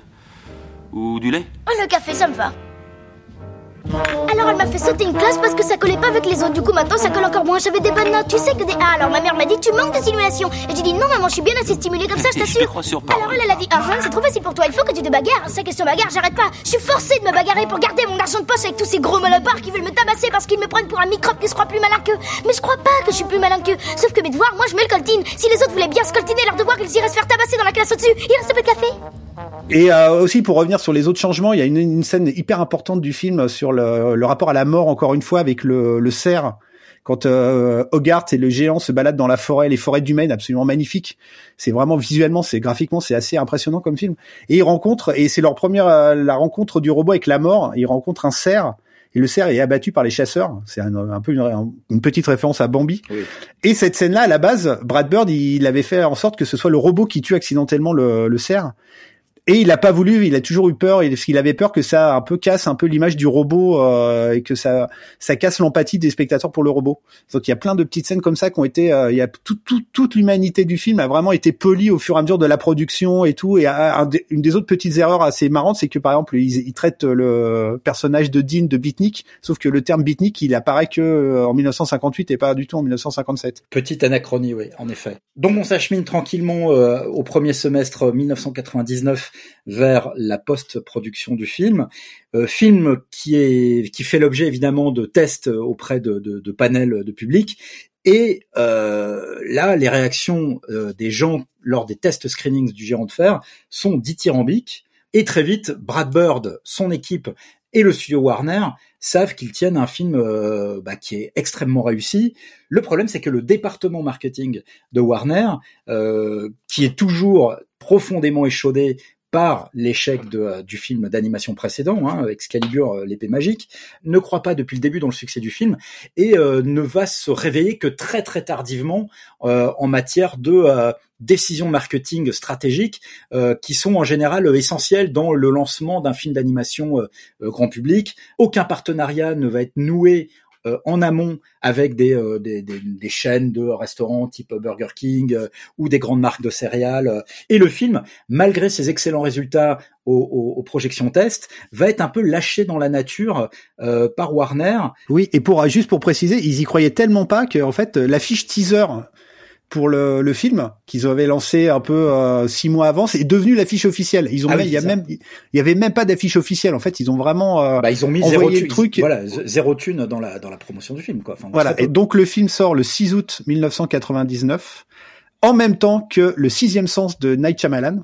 ou du lait? Oh, le café, ça me va. Alors elle m'a fait sauter une classe parce que ça collait pas avec les autres. Du coup maintenant ça colle encore moins. J'avais des bonnes notes, tu sais que des A. Alors ma mère m'a dit tu manques de stimulation. Et j'ai dit non maman, je suis bien assez stimulée comme ça, je t'assure. Je te crois sur parole. Alors elle, elle a dit ah hein, c'est trop facile pour toi. Il faut que tu te bagarres. C'est question bagarre, j'arrête pas. Je suis forcée de me bagarrer pour garder mon argent de poche avec tous ces gros malopards qui veulent me tabasser parce qu'ils me prennent pour un microbe qui se croit plus malin qu'eux. Mais je crois pas que je suis plus malin qu'eux. Sauf que mes devoirs, moi je me le coltine. Si les autres voulaient bien se coltiner leurs devoirs, ils iraient se faire tabasser dans la classe au-dessus. Il reste un peu de café. Et euh, aussi pour revenir sur les autres changements, il y a une, une scène hyper importante du film sur le, le rapport à la mort, encore une fois, avec le, le cerf. Quand euh, Hogarth et le géant se baladent dans la forêt, les forêts du Maine, absolument magnifiques. C'est vraiment visuellement, c'est graphiquement, c'est assez impressionnant comme film. Et ils rencontrent, et c'est leur première euh, la rencontre du robot avec la mort. Ils rencontrent un cerf. Et le cerf est abattu par les chasseurs. C'est un, un peu une, une petite référence à Bambi. Oui. Et cette scène-là, à la base, Brad Bird, il, il avait fait en sorte que ce soit le robot qui tue accidentellement le, le cerf. Et il a pas voulu, il a toujours eu peur, parce qu'il avait peur que ça un peu casse un peu l'image du robot euh, et que ça ça casse l'empathie des spectateurs pour le robot. Donc il y a plein de petites scènes comme ça qui ont été, euh, il y a tout, tout, toute l'humanité du film a vraiment été polie au fur et à mesure de la production et tout. Et un, un, une des autres petites erreurs assez marrantes, c'est que par exemple ils, ils traitent le personnage de Dean de beatnik, sauf que le terme beatnik il apparaît que en dix-neuf cent cinquante-huit et pas du tout en dix-neuf cent cinquante-sept. Petite anachronie, oui, en effet. Donc on s'achemine tranquillement euh, au premier semestre dix-neuf cent quatre-vingt-dix-neuf vers la post-production du film, euh, film qui est qui fait l'objet évidemment de tests auprès de, de, de panels de public. Et euh, là, les réactions euh, des gens lors des tests screenings du Géant de Fer sont dithyrambiques. Et très vite, Brad Bird, son équipe et le studio Warner savent qu'ils tiennent un film euh, bah, qui est extrêmement réussi. Le problème, c'est que le département marketing de Warner, euh, qui est toujours profondément échaudé par l'échec de, euh, du film d'animation précédent, hein, Excalibur, euh, l'épée magique, ne croit pas depuis le début dans le succès du film et euh, ne va se réveiller que très très tardivement euh, en matière de euh, décisions marketing stratégiques euh, qui sont en général euh, essentielles dans le lancement d'un film d'animation euh, euh, grand public. Aucun partenariat ne va être noué Euh, en amont avec des, euh, des, des, des chaînes de restaurants type Burger King euh, ou des grandes marques de céréales. Euh, et le film, malgré ses excellents résultats aux, aux, aux projections tests, va être un peu lâché dans la nature euh, par Warner. Oui, et pour juste pour préciser, ils y croyaient tellement pas que en fait l'affiche teaser pour le, le film qu'ils avaient lancé un peu euh, six mois avant, c'est devenu l'affiche officielle. Ils ont, ah même, oui, il y a ça. même, il y avait même pas d'affiche officielle. En fait, ils ont vraiment euh, bah, ils ont mis zéro le truc, ils, voilà, zéro thune dans la dans la promotion du film, quoi. Enfin, voilà. Et donc le film sort le six août dix-neuf cent quatre-vingt-dix-neuf, en même temps que le Sixième Sens de Night Shyamalan,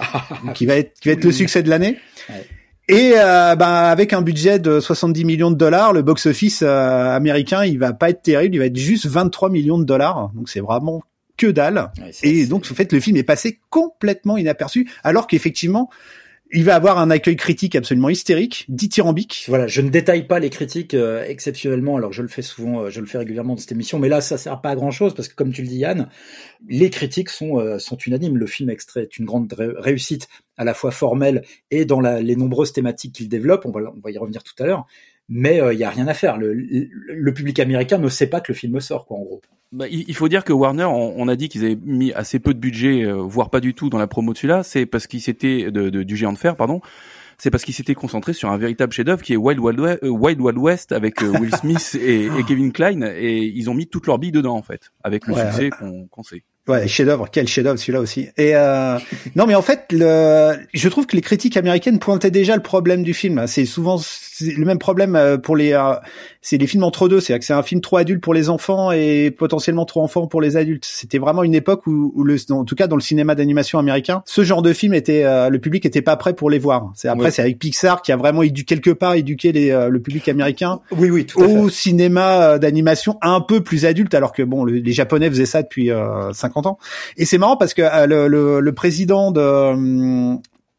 qui va être qui va être le succès de l'année. Ouais. Et euh, bah avec un budget de soixante-dix millions de dollars, le box-office euh, américain, il va pas être terrible, il va être juste vingt-trois millions de dollars. Donc c'est vraiment que dalle. Ouais, et donc, en fait, le film est passé complètement inaperçu, alors qu'effectivement, Il va avoir un accueil critique absolument hystérique, dithyrambique. Voilà, je ne détaille pas les critiques euh, exceptionnellement, alors que je le fais souvent, euh, je le fais régulièrement dans cette émission, mais là, ça sert pas à grand chose parce que, comme tu le dis, Yann, les critiques sont euh, sont unanimes. Le film extrait est une grande ré- réussite, à la fois formelle et dans la, les nombreuses thématiques qu'il développe. On va on va y revenir tout à l'heure, mais il euh, y a rien à faire. Le, le, le public américain ne sait pas que le film sort, quoi, en gros. Bah, il faut dire que Warner, on, on a dit qu'ils avaient mis assez peu de budget, euh, voire pas du tout, dans la promo de celui-là. C'est parce qu'ils s'étaient de, de, du Géant de Fer, pardon. C'est parce qu'ils s'étaient concentrés sur un véritable chef-d'œuvre qui est Wild Wild West, euh, Wild Wild West avec euh, Will Smith et, et Kevin Kline, et ils ont mis toutes leurs billes dedans en fait, avec le ouais, succès ouais. qu'on, qu'on sait. Ouais, chef-d'œuvre, quel chef-d'œuvre celui-là aussi. Et euh, non, mais en fait, le, je trouve que les critiques américaines pointaient déjà le problème du film. C'est souvent c'est le même problème pour les, euh, c'est les films entre deux. C'est-à-dire que c'est un film trop adulte pour les enfants et potentiellement trop enfant pour les adultes. C'était vraiment une époque où, où le, en tout cas dans le cinéma d'animation américain, ce genre de film était, euh, le public était pas prêt pour les voir. C'est après, oui. c'est avec Pixar qui a vraiment éduqué quelque part éduqué les, euh, le public américain. Oui, oui, tout à fait. Au cinéma d'animation un peu plus adulte, alors que bon, le, les Japonais faisaient ça depuis euh, cinquante ans. Et c'est marrant parce que euh, le, le, le président de euh,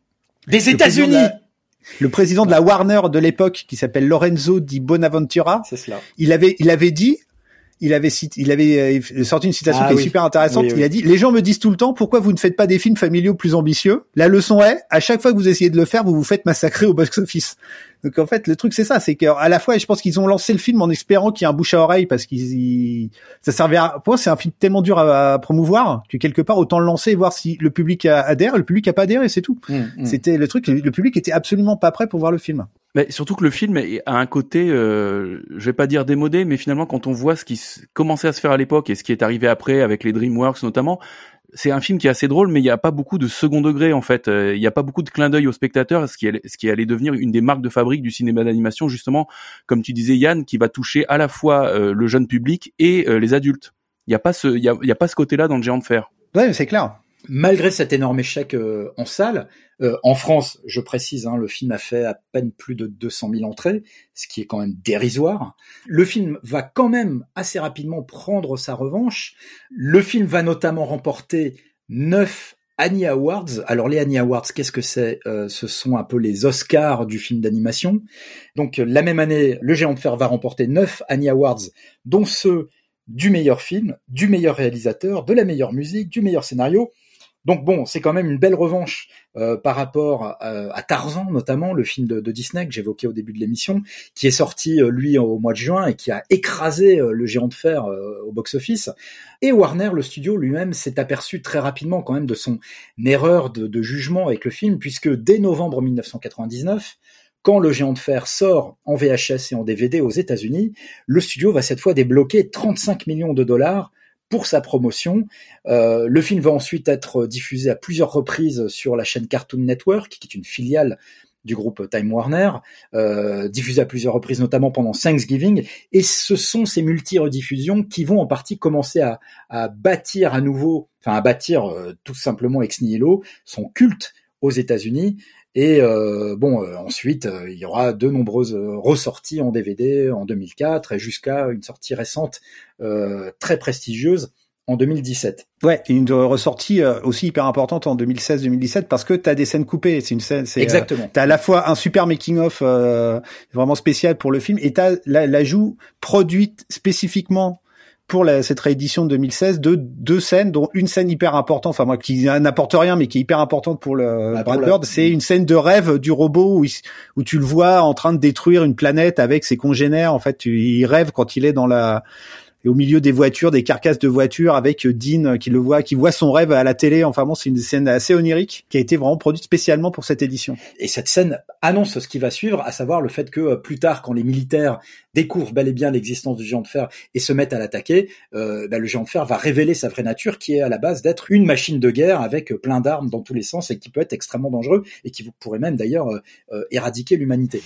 des États-Unis, le, le président de la Warner de l'époque, qui s'appelle Lorenzo Di Bonaventura, c'est cela. Il avait, il avait dit, il avait cité, il avait sorti une citation ah, qui oui. est super intéressante. Oui, oui. Il a dit: les gens me disent tout le temps, pourquoi vous ne faites pas des films familiaux plus ambitieux? La leçon est, à chaque fois que vous essayez de le faire, vous vous faites massacrer au box-office. Donc en fait, le truc c'est ça, c'est qu'à la fois, je pense qu'ils ont lancé le film en espérant qu'il y ait un bouche à oreille parce qu'ils, ils, ça servait à, pour moi, c'est un film tellement dur à, à promouvoir que quelque part autant le lancer et voir si le public adhère. Le public a pas adhéré, c'est tout. Mmh, mmh. C'était le truc, le public était absolument pas prêt pour voir le film. Mais surtout que le film a un côté, euh, je vais pas dire démodé, mais finalement quand on voit ce qui commençait à se faire à l'époque et ce qui est arrivé après avec les DreamWorks notamment, c'est un film qui est assez drôle, mais il y a pas beaucoup de second degré en fait. Il y a pas beaucoup de clin d'œil au spectateur, ce qui est, ce qui allait devenir une des marques de fabrique du cinéma d'animation, justement, comme tu disais Yann, qui va toucher à la fois euh, le jeune public et euh, les adultes. Il y a pas ce, il y a, il y a pas ce côté-là dans le Géant de Fer. Ouais, c'est clair. Malgré cet énorme échec euh, en salle, euh, en France, je précise, hein, le film a fait à peine plus de deux cent mille entrées, ce qui est quand même dérisoire. Le film va quand même assez rapidement prendre sa revanche. Le film va notamment remporter neuf Annie Awards. Alors les Annie Awards, qu'est-ce que c'est ? euh, Ce sont un peu les Oscars du film d'animation. Donc la même année, Le Géant de Fer va remporter neuf Annie Awards, dont ceux du meilleur film, du meilleur réalisateur, de la meilleure musique, du meilleur scénario. Donc bon, c'est quand même une belle revanche euh, par rapport à, à Tarzan, notamment, le film de, de Disney que j'évoquais au début de l'émission, qui est sorti, euh, lui, au mois de juin et qui a écrasé euh, le Géant de Fer euh, au box-office. Et Warner, le studio lui-même, s'est aperçu très rapidement quand même de son erreur de, de jugement avec le film, puisque dès novembre dix-neuf cent quatre-vingt-dix-neuf, quand le Géant de Fer sort en V H S et en D V D aux États-Unis, le studio va cette fois débloquer trente-cinq millions de dollars pour sa promotion. Euh, le film va ensuite être diffusé à plusieurs reprises sur la chaîne Cartoon Network, qui est une filiale du groupe Time Warner, euh, diffusé à plusieurs reprises, notamment pendant Thanksgiving. Et ce sont ces multi-rediffusions qui vont en partie commencer à, à bâtir à nouveau, enfin à bâtir euh, tout simplement ex nihilo son culte aux États-Unis. Et euh, bon, euh, ensuite, euh, il y aura de nombreuses euh, ressorties en D V D en deux mille quatre et jusqu'à une sortie récente euh, très prestigieuse en deux mille dix-sept. Ouais, et une ressortie euh, aussi hyper importante en deux mille seize deux mille dix-sept parce que t'as des scènes coupées. C'est une scène. C'est, exactement. Euh, t'as à la fois un super making of euh, vraiment spécial pour le film et t'as la, l'ajout produite spécifiquement pour la, cette réédition de deux mille seize de deux scènes, dont une scène hyper importante, enfin moi qui n'apporte rien mais qui est hyper importante pour le bah, Brad Bird, la... c'est une scène de rêve du robot où, il, où tu le vois en train de détruire une planète avec ses congénères. En fait, tu, il rêve quand il est dans la au milieu des voitures, des carcasses de voitures, avec Dean qui le voit, qui voit son rêve à la télé. Enfin bon, c'est une scène assez onirique qui a été vraiment produite spécialement pour cette édition. Et cette scène annonce ce qui va suivre, à savoir le fait que plus tard, quand les militaires découvrent bel et bien l'existence du Géant de Fer et se mettent à l'attaquer, euh, bah, le Géant de Fer va révéler sa vraie nature, qui est à la base d'être une machine de guerre avec plein d'armes dans tous les sens et qui peut être extrêmement dangereux et qui pourrait même d'ailleurs euh, euh, éradiquer l'humanité.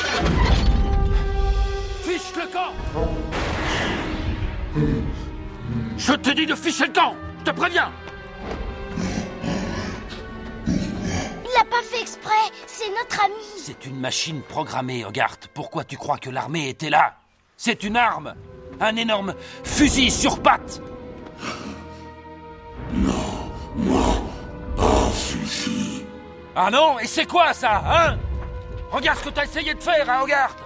Fiche le camp! Je te dis de ficher le camp! Je te préviens! Il l'a pas fait exprès, c'est notre ami! C'est une machine programmée, Hogarth. Pourquoi tu crois que l'armée était là? C'est une arme! Un énorme fusil sur pattes! Non, moi, pas fusil. Ah non? Et c'est quoi ça, hein? Regarde ce que t'as essayé de faire, hein, Hogarth!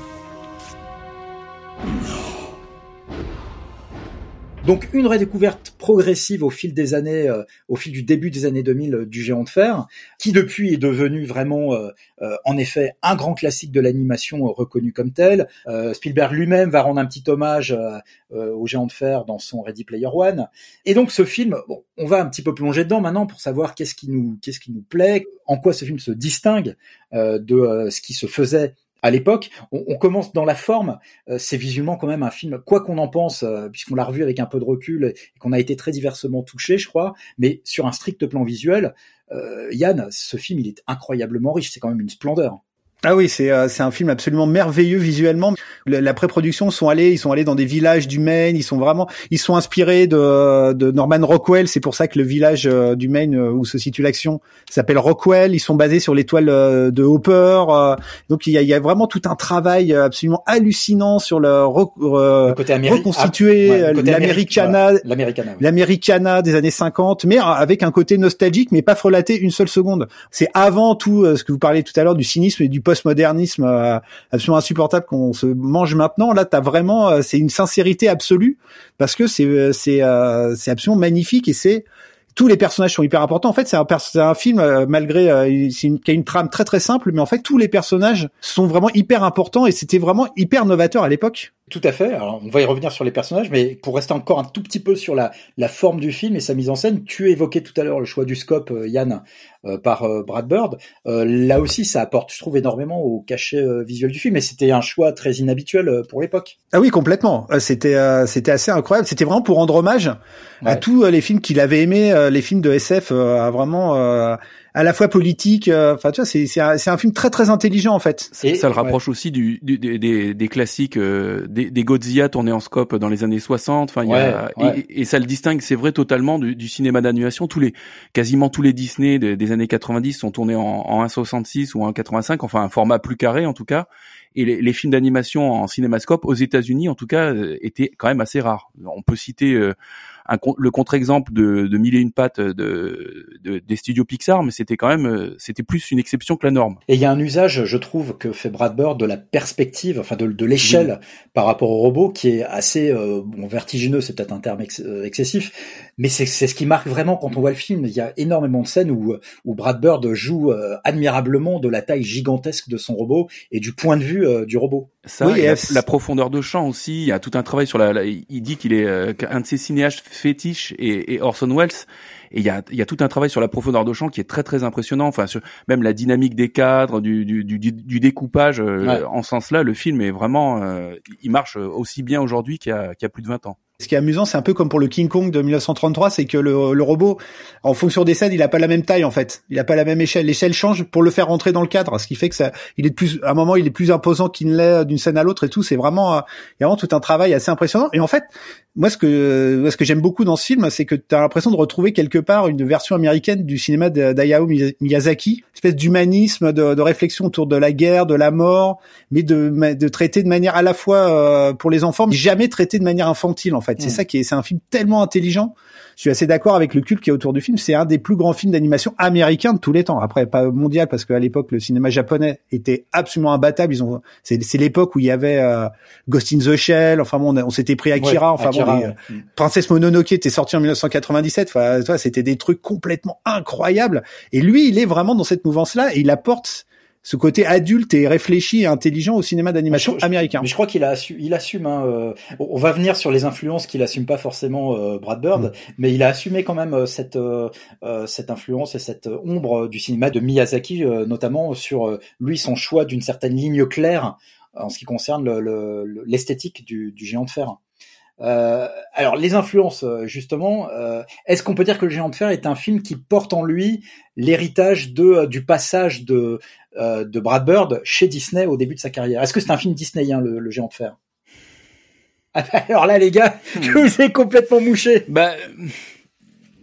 Donc une redécouverte progressive au fil des années, euh, au fil du début des années deux mille euh, du Géant de Fer, qui depuis est devenu vraiment, euh, euh, en effet, un grand classique de l'animation euh, reconnu comme tel. Euh, Spielberg lui-même va rendre un petit hommage euh, euh, au Géant de Fer dans son Ready Player One. Et donc ce film, bon, on va un petit peu plonger dedans maintenant pour savoir qu'est-ce qui nous, qu'est-ce qui nous plaît, en quoi ce film se distingue euh, de euh, ce qui se faisait à l'époque. On, on commence dans la forme, euh, c'est visuellement quand même un film, quoi qu'on en pense, euh, puisqu'on l'a revu avec un peu de recul et qu'on a été très diversement touché, je crois, mais sur un strict plan visuel, euh, Yann, ce film, il est incroyablement riche, c'est quand même une splendeur. Ah oui, c'est euh, c'est un film absolument merveilleux visuellement. La, la pré-production sont allés, ils sont allés dans des villages du Maine, ils sont vraiment, ils sont inspirés de, de Norman Rockwell. C'est pour ça que le village euh, du Maine euh, où se situe l'action s'appelle Rockwell. Ils sont basés sur l'étoile euh, de Hopper. Euh, donc il y a, il y a vraiment tout un travail absolument hallucinant sur le, re, euh, le côté Améri- reconstituer ah, ouais, le l'Americana, voilà, l'Americana, oui. l'Americana des années cinquante, mais avec un côté nostalgique, mais pas frelaté une seule seconde. C'est avant tout euh, ce que vous parliez tout à l'heure du cynisme et du postmodernisme euh, absolument insupportable qu'on se mange maintenant. Là, t'as vraiment, euh, c'est une sincérité absolue parce que c'est c'est euh, c'est absolument magnifique et c'est tous les personnages sont hyper importants. En fait, c'est un, c'est un film euh, malgré euh, c'est une, qui a une trame très très simple, mais en fait tous les personnages sont vraiment hyper importants et c'était vraiment hyper novateur à l'époque. Tout à fait. Alors, on va y revenir sur les personnages, mais pour rester encore un tout petit peu sur la, la forme du film et sa mise en scène, tu évoquais tout à l'heure le choix du scope, euh, Yann, euh, par euh, Brad Bird. Euh, là aussi, ça apporte, je trouve, énormément au cachet euh, visuel du film, et c'était un choix très inhabituel euh, pour l'époque. Ah oui, complètement. C'était euh, c'était assez incroyable. C'était vraiment pour rendre hommage ouais. à tous euh, les films qu'il avait aimés, euh, les films de S F, euh, à vraiment euh, à la fois politique. Enfin, euh, tu vois, c'est c'est un, c'est un film très très intelligent en fait. Et, ça le rapproche ouais. aussi du, du des, des des classiques. Euh, Des, des Godzilla tournés en scope dans les années soixante, enfin il ouais, y a ouais. et, et ça le distingue, c'est vrai totalement du, du cinéma d'animation. Tous les quasiment tous les Disney des, des années quatre-vingt-dix sont tournés en, en un virgule soixante-six ou en un virgule quatre-vingt-cinq, enfin un format plus carré en tout cas. Et les, les films d'animation en cinémascope aux États-Unis en tout cas euh, étaient quand même assez rares. On peut citer euh, un, le contre-exemple de, de Mille et une pattes de, de, des studios Pixar, mais c'était quand même, c'était plus une exception que la norme. Et il y a un usage, je trouve, que fait Brad Bird de la perspective, enfin de, de l'échelle oui. par rapport au robot, qui est assez euh, bon, vertigineux, c'est peut-être un terme ex, euh, excessif, mais c'est, c'est ce qui marque vraiment quand on voit le film. Il y a énormément de scènes où, où Brad Bird joue euh, admirablement de la taille gigantesque de son robot et du point de vue euh, du robot. Ça, oui, et la, la profondeur de champ aussi. Il y a tout un travail sur la. la il dit qu'il est euh, un de ses cinéastes fétiches et, et Orson Welles. Et il y a, il y a tout un travail sur la profondeur de champ qui est très très impressionnant. Enfin, sur, même la dynamique des cadres, du, du, du, du découpage. Euh, ouais. En ce sens-là, le film est vraiment, euh, il marche aussi bien aujourd'hui qu'il y a, qu'il y a plus de vingt ans. Ce qui est amusant, c'est un peu comme pour le King Kong de dix-neuf cent trente-trois, c'est que le, le robot, en fonction des scènes, il a pas la même taille en fait. Il a pas la même échelle. L'échelle change pour le faire rentrer dans le cadre, ce qui fait que ça, il est de plus, à un moment, il est plus imposant qu'il ne l'est d'une scène à l'autre et tout. C'est vraiment, il y a vraiment tout un travail assez impressionnant. Et en fait, moi, ce que, ce que j'aime beaucoup dans ce film, c'est que tu as l'impression de retrouver quelque part une version américaine du cinéma d'Hayao Miyazaki, une espèce d'humanisme, de, de réflexion autour de la guerre, de la mort, mais de, de traiter de manière à la fois euh, pour les enfants, mais jamais traité de manière infantile en fait. C'est mmh. ça qui est, c'est un film tellement intelligent. Je suis assez d'accord avec le culte qui est autour du film. C'est un des plus grands films d'animation américains de tous les temps. Après, pas mondial, parce qu'à l'époque, le cinéma japonais était absolument imbattable. Ils ont, c'est, c'est l'époque où il y avait euh, Ghost in the Shell. Enfin bon, on, on s'était pris Akira. Ouais, enfin Akira, bon, les, ouais. Princesse Mononoke était sorti en dix-neuf cent quatre-vingt-dix-sept. Enfin, tu vois, c'était des trucs complètement incroyables. Et lui, il est vraiment dans cette mouvance-là et il apporte ce côté adulte et réfléchi et intelligent au cinéma d'animation je, américain. Mais je crois qu'il a assu, il assume. Hein, euh, on va venir sur les influences qu'il assume pas forcément euh, Brad Bird, mmh. mais il a assumé quand même euh, cette euh, cette influence et cette ombre du cinéma de Miyazaki, euh, notamment sur euh, lui son choix d'une certaine ligne claire en ce qui concerne le, le, l'esthétique du, du Géant de Fer. Euh, alors les influences justement, euh, est-ce qu'on peut dire que le Géant de Fer est un film qui porte en lui l'héritage de du passage de euh, de Brad Bird chez Disney au début de sa carrière? Est-ce que c'est un film disneyen le, le Géant de Fer? Alors là les gars, je vous ai complètement mouché. Bah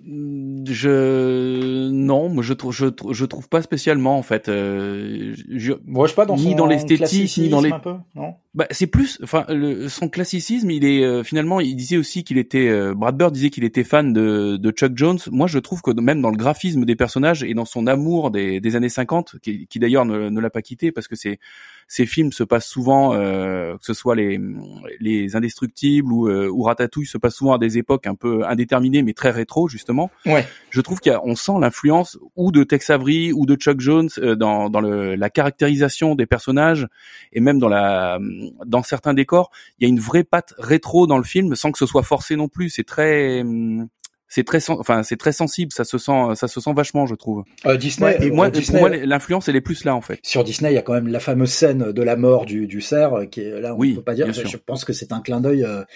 Je non, moi je trouve je, je trouve pas spécialement en fait. Euh, je... Moi je sais pas dans ni son dans l'esthétique ni dans les. Un peu, non bah c'est plus, enfin le, son classicisme, il est euh, finalement, il disait aussi qu'il était euh, Brad Bird disait qu'il était fan de, de Chuck Jones. Moi je trouve que même dans le graphisme des personnages et dans son amour des, des années cinquante, qui, qui d'ailleurs ne, ne l'a pas quitté parce que c'est ces films se passent souvent, euh, que ce soit les les Indestructibles ou, euh, ou Ratatouille, se passent souvent à des époques un peu indéterminées mais très rétro justement. Ouais. Je trouve qu'on sent l'influence ou de Tex Avery ou de Chuck Jones euh, dans dans le la caractérisation des personnages et même dans la dans certains décors. Il y a une vraie patte rétro dans le film sans que ce soit forcé non plus. C'est très c'est très enfin c'est très sensible, ça se sent ça se sent vachement, je trouve. Euh, Disney ouais, et moi euh, Disney, pour moi l'influence elle est plus là en fait. Sur Disney, il y a quand même la fameuse scène de la mort du du cerf qui est là, on oui, peut pas dire, je sûr. pense que c'est un clin d'œil euh,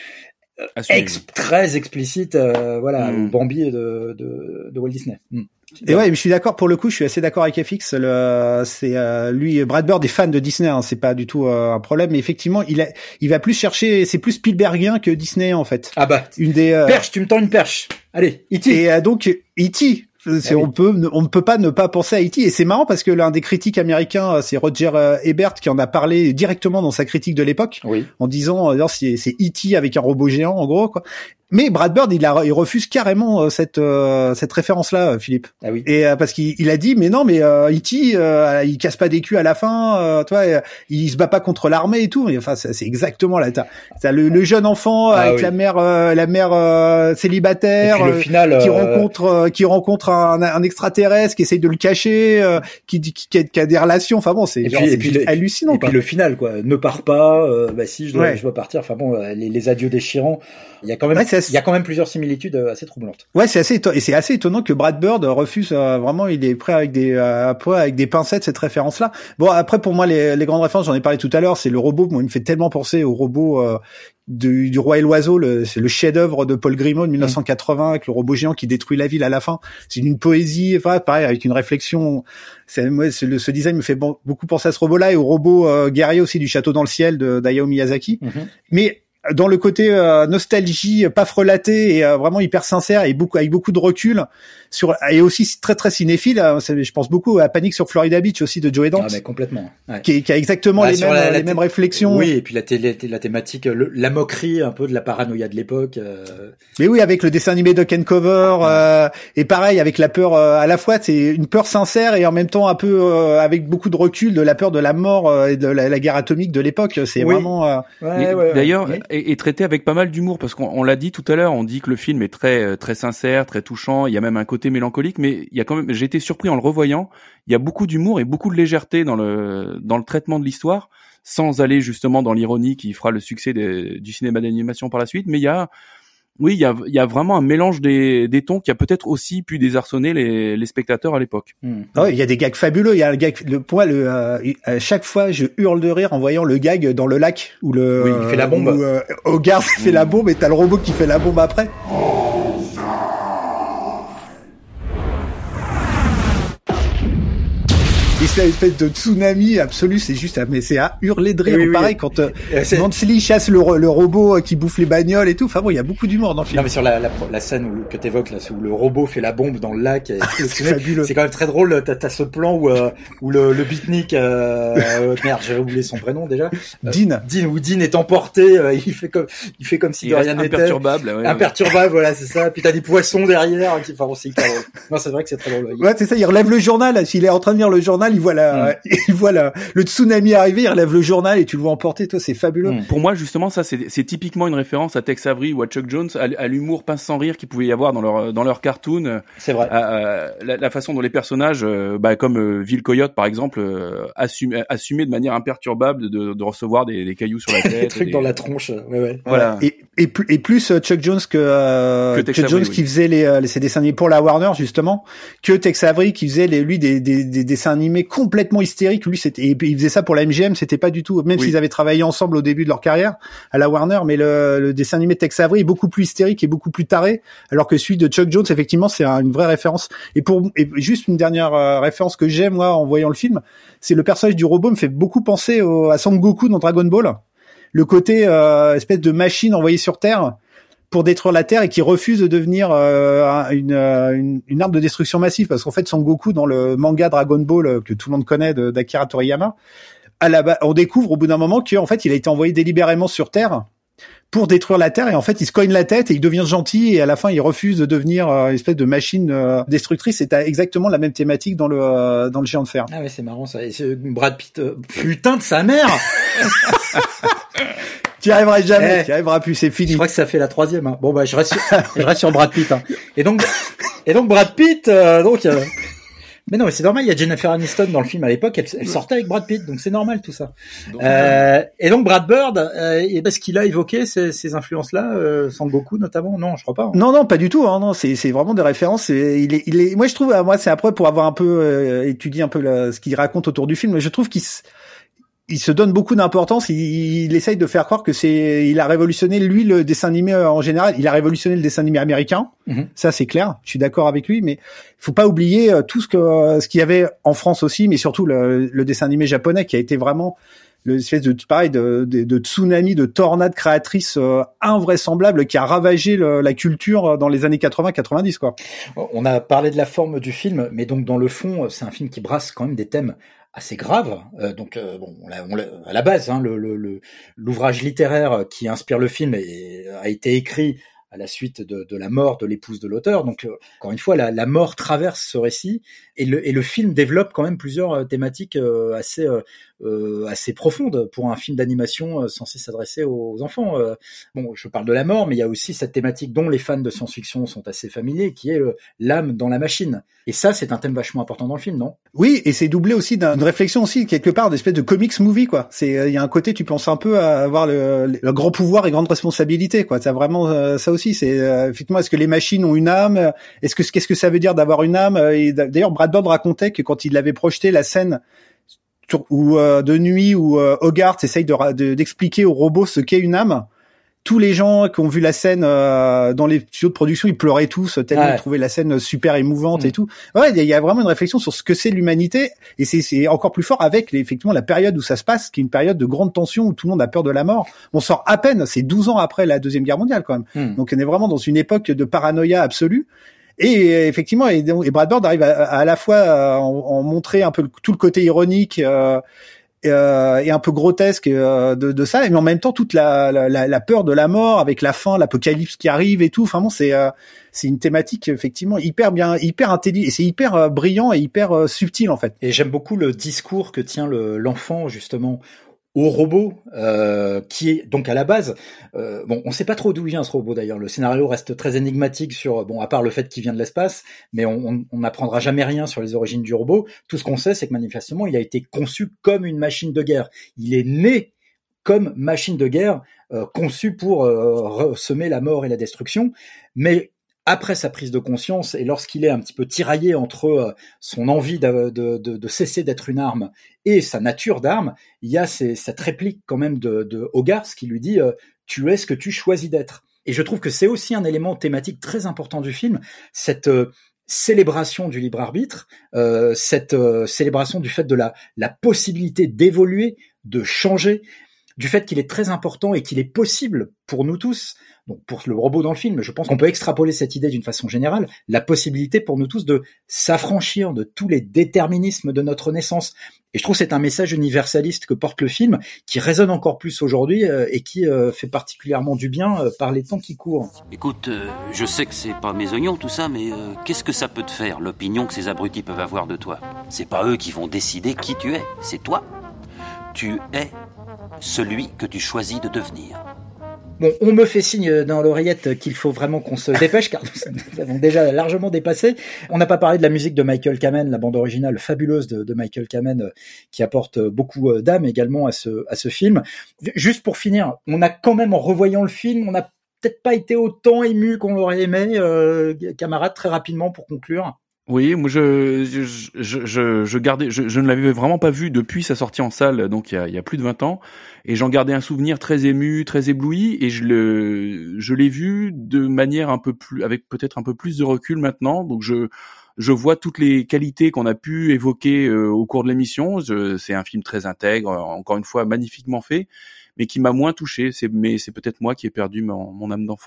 ex- très explicite euh, voilà mm. au Bambi de de de Walt Disney. Mm. Et ouais, je suis d'accord pour le coup, je suis assez d'accord avec F X. Le, c'est euh, lui, Brad Bird est fan de Disney, hein, c'est pas du tout euh, un problème. Mais effectivement, il a, il va plus chercher, c'est plus Spielbergien que Disney en fait. Ah bah, une des euh... perche, tu me tends une perche. Allez, E T. Et euh, donc E T. C'est, ah oui. on peut, on ne peut pas ne pas penser à E T. Et c'est marrant parce que l'un des critiques américains, c'est Roger Ebert qui en a parlé directement dans sa critique de l'époque, oui. en disant, euh, c'est, c'est E T avec un robot géant en gros, quoi. Mais Brad Bird, il, a, il refuse carrément euh, cette euh, cette référence-là, Philippe. Ah oui. Et euh, parce qu'il il a dit, mais non, mais euh, E T, euh, il casse pas des culs à la fin, euh, toi, euh, il se bat pas contre l'armée et tout. Mais enfin, c'est, c'est exactement là. T'as, t'as le, le jeune enfant ah, avec oui. la mère, euh, la mère euh, célibataire, et puis le final, euh, qui rencontre, euh, qui rencontre un, un extraterrestre, qui essaye de le cacher, euh, qui, qui, qui, a, qui a des relations. Enfin bon, c'est, et genre, puis, c'est et puis le, hallucinant. Et quoi. puis le final, quoi. Ne pars pas. Euh, bah si, je dois, ouais. je dois partir. Enfin bon, les, les adieux déchirants. Il y a quand même, ouais, assez... il y a quand même plusieurs similitudes assez troublantes. Ouais, c'est assez étonnant, et c'est assez étonnant que Brad Bird refuse euh, vraiment, il est prêt avec des, euh, prêt avec des pincettes cette référence-là. Bon, après pour moi les, les grandes références, j'en ai parlé tout à l'heure, c'est le robot. Moi, il me fait tellement penser au robot euh, du, du Roi et l'Oiseau. Le, c'est le chef-d'œuvre de Paul Grimaud de dix-neuf cent quatre-vingts avec le robot géant qui détruit la ville à la fin. C'est une poésie, enfin pareil avec une réflexion. C'est, moi, c'est le, ce design me fait bon, beaucoup penser à ce robot-là et au robot euh, guerrier aussi du Château dans le ciel de d'Hayao Miyazaki. Mm-hmm. Mais dans le côté euh, nostalgie, pas frelaté et euh, vraiment hyper sincère et beaucoup avec beaucoup de recul sur et aussi très très cinéphile. Hein, je pense beaucoup à Panique sur Florida Beach aussi de Joe Dante. Ah mais complètement. Ouais. Qui, qui a exactement bah, les mêmes la, les la mêmes réflexions. Oui, et puis la télé, la thématique, le, la moquerie un peu de la paranoïa de l'époque. Euh... Mais oui, avec le dessin animé Duck and Cover ouais. euh, et pareil avec la peur euh, à la fois, c'est une peur sincère et en même temps un peu euh, avec beaucoup de recul de la peur de la mort euh, et de la, la guerre atomique de l'époque. C'est oui. vraiment. Euh... Ouais, Mais, ouais, d'ailleurs. ouais. Et, et traité avec pas mal d'humour parce qu'on on l'a dit tout à l'heure, on dit que le film est très très sincère, très touchant, il y a même un côté mélancolique, mais il y a quand même, j'ai été surpris en le revoyant, il y a beaucoup d'humour et beaucoup de légèreté dans le dans le traitement de l'histoire, sans aller justement dans l'ironie qui fera le succès des, du cinéma d'animation par la suite, mais il y a oui, il y a, il y a vraiment un mélange des, des tons qui a peut-être aussi pu désarçonner les, les spectateurs à l'époque. Mmh. Oh, il y a des gags fabuleux. Il y a un gag, le point, le, euh, à chaque fois, je hurle de rire en voyant le gag dans le lac où le, oui, il fait la bombe. Où, euh, Hogarth mmh. fait la bombe et t'as le robot qui fait la bombe après. Et c'est une espèce de tsunami absolu, c'est juste, mais c'est à hurler de rire. Oui, pareil, oui. quand euh, Mansell chasse le, le robot qui bouffe les bagnoles et tout. Enfin bon, il y a beaucoup d'humour dans le film. Non, mais sur la, la, la scène où, que t'évoques, là, où le robot fait la bombe dans le lac. Et, c'est fabuleux. C'est quand même très drôle. T'as, t'as ce plan où, euh, où le, le beatnik, euh, euh, merde, j'ai oublié son prénom déjà. Euh, Dean. Dean, où Dean est emporté, euh, il fait comme, il fait comme si il de rien n'était. Imperturbable, ouais, Imperturbable, ouais. Voilà, c'est ça. Puis t'as des poissons derrière, qui, enfin, c'est hyper drôle. Non, c'est vrai que c'est très drôle. Ouais, c'est ça, il relève le journal. S'il est en train de lire le journal, il voit la, mmh. il voit la, le tsunami arriver, il relève le journal et tu le vois emporter, toi, c'est fabuleux. Mmh. Pour moi, justement, ça, c'est, c'est typiquement une référence à Tex Avery ou à Chuck Jones, à, à l'humour pince sans rire qu'il pouvait y avoir dans leur, dans leur cartoon. C'est vrai. À, à, la, la façon dont les personnages, euh, bah, comme euh, Ville Coyote, par exemple, euh, assumaient, assumaient de manière imperturbable de, de recevoir des, des cailloux sur la tête. Des trucs des... dans la tronche. Ouais, ouais. Voilà. Et, et, et plus Chuck Jones que, euh, que Chuck Avery, Jones oui. qui faisait les, euh, ses dessins animés pour la Warner, justement, que Tex Avery qui faisait les, lui, des, des, des dessins animés complètement hystériques. Lui, c'était, et il faisait ça pour la M G M, c'était pas du tout, même oui. s'ils avaient travaillé ensemble au début de leur carrière à la Warner, mais le, le dessin animé de Tex Avery est beaucoup plus hystérique et beaucoup plus taré, alors que celui de Chuck Jones, effectivement, c'est un, une vraie référence. Et pour, et juste une dernière euh, référence que j'aime, moi, en voyant le film, c'est le personnage du robot me fait beaucoup penser au, à Son Goku dans Dragon Ball. Le côté, euh, espèce de machine envoyée sur Terre pour détruire la Terre et qui refuse de devenir euh, une, une, une arme de destruction massive, parce qu'en fait Son Goku dans le manga Dragon Ball que tout le monde connaît de, d'Akira Toriyama, à la base, on découvre au bout d'un moment qu'en fait il a été envoyé délibérément sur Terre pour détruire la Terre, et en fait il se cogne la tête et il devient gentil, et à la fin il refuse de devenir euh, une espèce de machine euh, destructrice. C'est exactement la même thématique dans le euh, dans le Géant de Fer. Ah ouais, c'est marrant ça. Et ce Brad Pitt, euh, putain de sa mère. Tu y arriveras jamais, eh, tu y arriveras plus, c'est fini. Je crois que ça fait la troisième. Hein. Bon bah je reste sur, je reste sur Brad Pitt. Hein. Et donc et donc Brad Pitt, euh, donc. Euh... Mais non, mais c'est normal, il y a Jennifer Aniston dans le film à l'époque, elle, elle sortait avec Brad Pitt, donc c'est normal tout ça. Donc, euh, et donc Brad Bird, euh, est-ce qu'il a évoqué ces, ces influences-là, euh, Sangoku notamment? Non, je crois pas. Hein. Non, non, pas du tout. Hein, non, c'est, c'est vraiment des références. Et il est, il est. Moi, je trouve, moi, c'est après pour avoir un peu euh, étudié un peu la, ce qu'il raconte autour du film. Je trouve qu'il s... il se donne beaucoup d'importance. Il, il essaye de faire croire que c'est, il a révolutionné lui le dessin animé en général. Il a révolutionné le dessin animé américain. Mm-hmm. Ça, c'est clair. Je suis d'accord avec lui, mais faut pas oublier tout ce que ce qu'il y avait en France aussi, mais surtout le, le dessin animé japonais qui a été vraiment le espèce de pareil de, de, de tsunami, de tornade créatrice euh, invraisemblable qui a ravagé le, la culture dans les années quatre-vingts quatre-vingt-dix quoi. On a parlé de la forme du film, mais donc dans le fond, c'est un film qui brasse quand même des thèmes assez grave. Euh, donc euh, bon, on l'a, on l'a, à la base, hein, le, le, le, l'ouvrage littéraire qui inspire le film est, a été écrit à la suite de, de la mort de l'épouse de l'auteur. Donc, euh, encore une fois, la, la mort traverse ce récit et le, et le film développe quand même plusieurs euh, thématiques euh, assez euh, assez profondes pour un film d'animation euh, censé s'adresser aux enfants. Euh, bon, je parle de la mort, mais il y a aussi cette thématique dont les fans de science-fiction sont assez familiers, qui est le, l'âme dans la machine. Et ça, c'est un thème vachement important dans le film, non? Oui, et c'est doublé aussi d'une réflexion aussi quelque part d'espèce de comics movie quoi. C'est il y a un côté, tu penses un peu à avoir le, le grand pouvoir et grande responsabilité quoi. T'as vraiment euh, ça aussi. C'est euh, effectivement, est-ce que les machines ont une âme? Est-ce que qu'est-ce que ça veut dire d'avoir une âme? Et d'ailleurs, Brad Bird racontait que quand il avait projeté la scène où euh, de nuit où euh, Hogarth essaye de, de, d'expliquer au robot ce qu'est une âme, tous les gens qui ont vu la scène euh, dans les studios de production, ils pleuraient tous tellement ouais. Ils trouvaient la scène super émouvante mmh. et tout. Ouais, il y, y a vraiment une réflexion sur ce que c'est l'humanité, et c'est, c'est encore plus fort avec les, effectivement la période où ça se passe, qui est une période de grande tension où tout le monde a peur de la mort. On sort à peine, c'est douze ans après la Deuxième Guerre mondiale quand même. Mmh. Donc on est vraiment dans une époque de paranoïa absolue. Et effectivement, et, et Brad Bird arrive à, à, à la fois à en, en montrer un peu le, tout le côté ironique euh, et, euh, et un peu grotesque euh, de, de ça, mais en même temps toute la, la, la peur de la mort avec la fin, l'apocalypse qui arrive et tout. Vraiment, c'est euh, c'est une thématique effectivement hyper bien, hyper intelligente, et c'est hyper euh, brillant et hyper euh, subtil en fait. Et j'aime beaucoup le discours que tient le, l'enfant justement au robot, euh, qui est donc à la base, euh, bon, on sait pas trop d'où il vient ce robot d'ailleurs. Le scénario reste très énigmatique sur, bon, à part le fait qu'il vient de l'espace, mais on n'apprendra jamais rien sur les origines du robot. Tout ce qu'on sait, c'est que manifestement, il a été conçu comme une machine de guerre. Il est né comme machine de guerre, euh, conçu pour euh, semer la mort et la destruction, mais après sa prise de conscience et lorsqu'il est un petit peu tiraillé entre euh, son envie de, de, de, de cesser d'être une arme et sa nature d'arme, il y a ces, cette réplique quand même de, de Hogarth qui lui dit euh, « tu es ce que tu choisis d'être ». Et je trouve que c'est aussi un élément thématique très important du film, cette euh, célébration du libre arbitre, euh, cette euh, célébration du fait de la, la possibilité d'évoluer, de changer, du fait qu'il est très important et qu'il est possible pour nous tous, donc pour le robot dans le film, je pense qu'on peut extrapoler cette idée d'une façon générale, la possibilité pour nous tous de s'affranchir de tous les déterminismes de notre naissance. Et je trouve que c'est un message universaliste que porte le film, qui résonne encore plus aujourd'hui euh, et qui euh, fait particulièrement du bien euh, par les temps qui courent. Écoute, euh, je sais que c'est pas mes oignons tout ça, mais euh, qu'est-ce que ça peut te faire, l'opinion que ces abrutis peuvent avoir de toi? C'est pas eux qui vont décider qui tu es, c'est toi. Tu es celui que tu choisis de devenir. Bon, on me fait signe dans l'oreillette qu'il faut vraiment qu'on se dépêche, car nous avons déjà largement dépassé. On n'a pas parlé de la musique de Michael Kamen, la bande originale fabuleuse de, de Michael Kamen, qui apporte beaucoup d'âme également à ce, à ce film. Juste pour finir, on a quand même, en revoyant le film, on n'a peut-être pas été autant ému qu'on l'aurait aimé, euh, camarades, très rapidement pour conclure. Oui, moi je je je je, je gardais je, je ne l'avais vraiment pas vu depuis sa sortie en salle, donc il y a il y a plus de vingt ans, et j'en gardais un souvenir très ému, très ébloui, et je le je l'ai vu de manière un peu plus, avec peut-être un peu plus de recul maintenant, donc je je vois toutes les qualités qu'on a pu évoquer euh, au cours de l'émission. Je, c'est un film très intègre, encore une fois magnifiquement fait, mais qui m'a moins touché. C'est mais c'est peut-être moi qui ai perdu mon, mon âme d'enfant.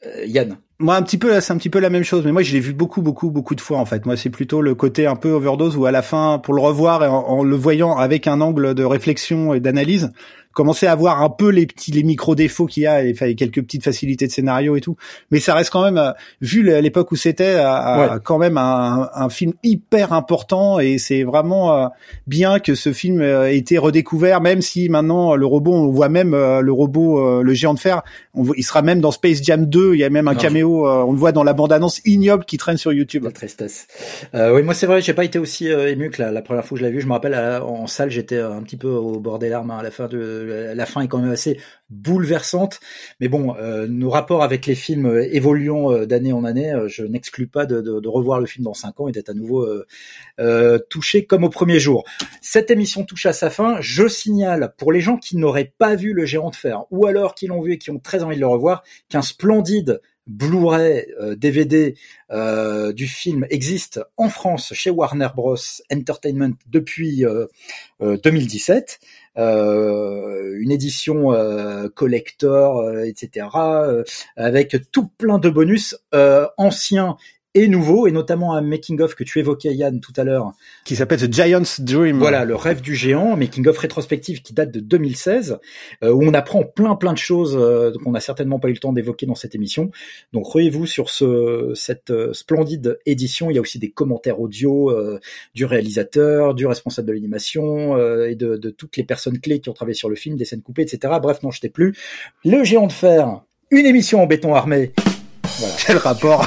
Euh, Yann. Moi, un petit peu, c'est un petit peu la même chose, mais moi, je l'ai vu beaucoup, beaucoup, beaucoup de fois, en fait. Moi, c'est plutôt le côté un peu overdose où à la fin, pour le revoir et en, en le voyant avec un angle de réflexion et d'analyse, commencer à voir un peu les petits, les micro-défauts qu'il y a et, et quelques petites facilités de scénario et tout. Mais ça reste quand même, euh, vu l'époque où c'était, euh, ouais. quand même un, un film hyper important et c'est vraiment euh, bien que ce film ait été redécouvert, même si maintenant le robot, on voit même euh, le robot, euh, le géant de fer, on voit, il sera même dans Space Jam deux, il y a même un non. caméo, euh, on le voit dans la bande-annonce ignoble qui traîne sur YouTube. La tristesse. Euh, oui, moi c'est vrai, j'ai pas été aussi euh, ému que la, la première fois que je l'ai vu. Je me rappelle, à, en salle, j'étais un petit peu au bord des larmes hein, à la fin de la fin est quand même assez bouleversante, mais bon, euh, nos rapports avec les films euh, évoluant euh, d'année en année, euh, je n'exclus pas de, de, de revoir le film dans cinq ans et d'être à nouveau euh, euh, touché comme au premier jour. Cette émission touche à sa fin. Je signale, pour les gens qui n'auraient pas vu Le Géant de Fer, ou alors qui l'ont vu et qui ont très envie de le revoir, qu'un splendide Blu-ray euh, D V D euh, du film existe en France chez Warner Bros Entertainment depuis euh, euh, deux mille dix-sept. Euh, une édition euh, collector, euh, et cetera, euh, avec tout plein de bonus euh, anciens et nouveau, et notamment un making-of que tu évoquais, Yann, tout à l'heure. Qui s'appelle The Giant's Dream. Voilà, le rêve du géant, making-of rétrospective qui date de deux mille seize, euh, où on apprend plein plein de choses euh, qu'on n'a certainement pas eu le temps d'évoquer dans cette émission. Donc, ruez-vous sur ce, cette euh, splendide édition. Il y a aussi des commentaires audio euh, du réalisateur, du responsable de l'animation, euh, et de, de toutes les personnes clés qui ont travaillé sur le film, des scènes coupées, et cetera. Bref, non, je t'ai plus. Le Géant de Fer, une émission en béton armé. Voilà. Quel rapport?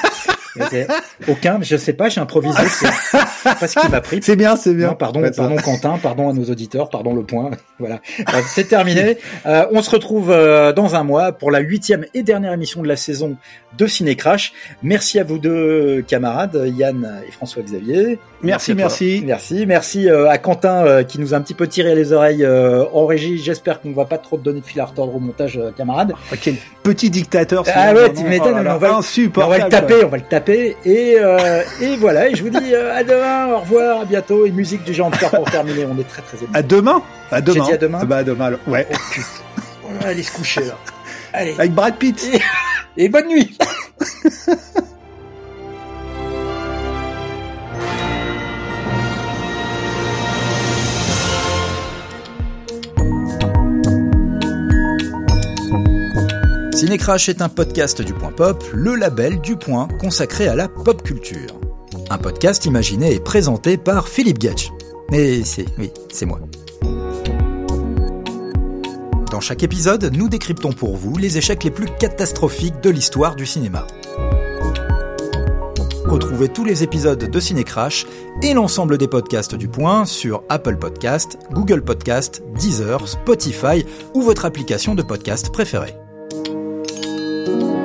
Aucun, je sais pas, j'ai improvisé, c'est pas ce qui m'a pris. C'est bien, c'est bien. Non, pardon, ouais, pardon Quentin, pardon à nos auditeurs, pardon le point. Voilà, c'est terminé. Euh, on se retrouve euh, dans un mois pour la huitième et dernière émission de la saison de Ciné Crash. Merci à vous deux camarades, Yann et François-Xavier. Merci, merci. Merci, merci euh, à Quentin euh, qui nous a un petit peu tiré les oreilles euh, en régie. J'espère qu'on ne va pas trop te donner de fil à retordre au montage, euh, camarade. Oh, quel petit dictateur. Ah ouais, tu m'étonnes, oh on, va, on va le taper, on va le taper. Et, euh, et voilà, et je vous dis euh, à demain, au revoir, à bientôt. Et musique du Géant de Fer pour terminer, on est très très émus. À demain. À demain. J'ai dit à demain. Bah à demain. Ouais. Oh, putain. On va aller se coucher là. Allez. Avec Brad Pitt. Et, et bonne nuit. Ciné Crash est un podcast du Point Pop, le label du Point consacré à la pop culture. Un podcast imaginé et présenté par Philippe Gatch. Et c'est, oui, c'est moi. Dans chaque épisode, nous décryptons pour vous les échecs les plus catastrophiques de l'histoire du cinéma. Retrouvez tous les épisodes de Ciné Crash et l'ensemble des podcasts du Point sur Apple Podcasts, Google Podcasts, Deezer, Spotify ou votre application de podcast préférée. Thank you.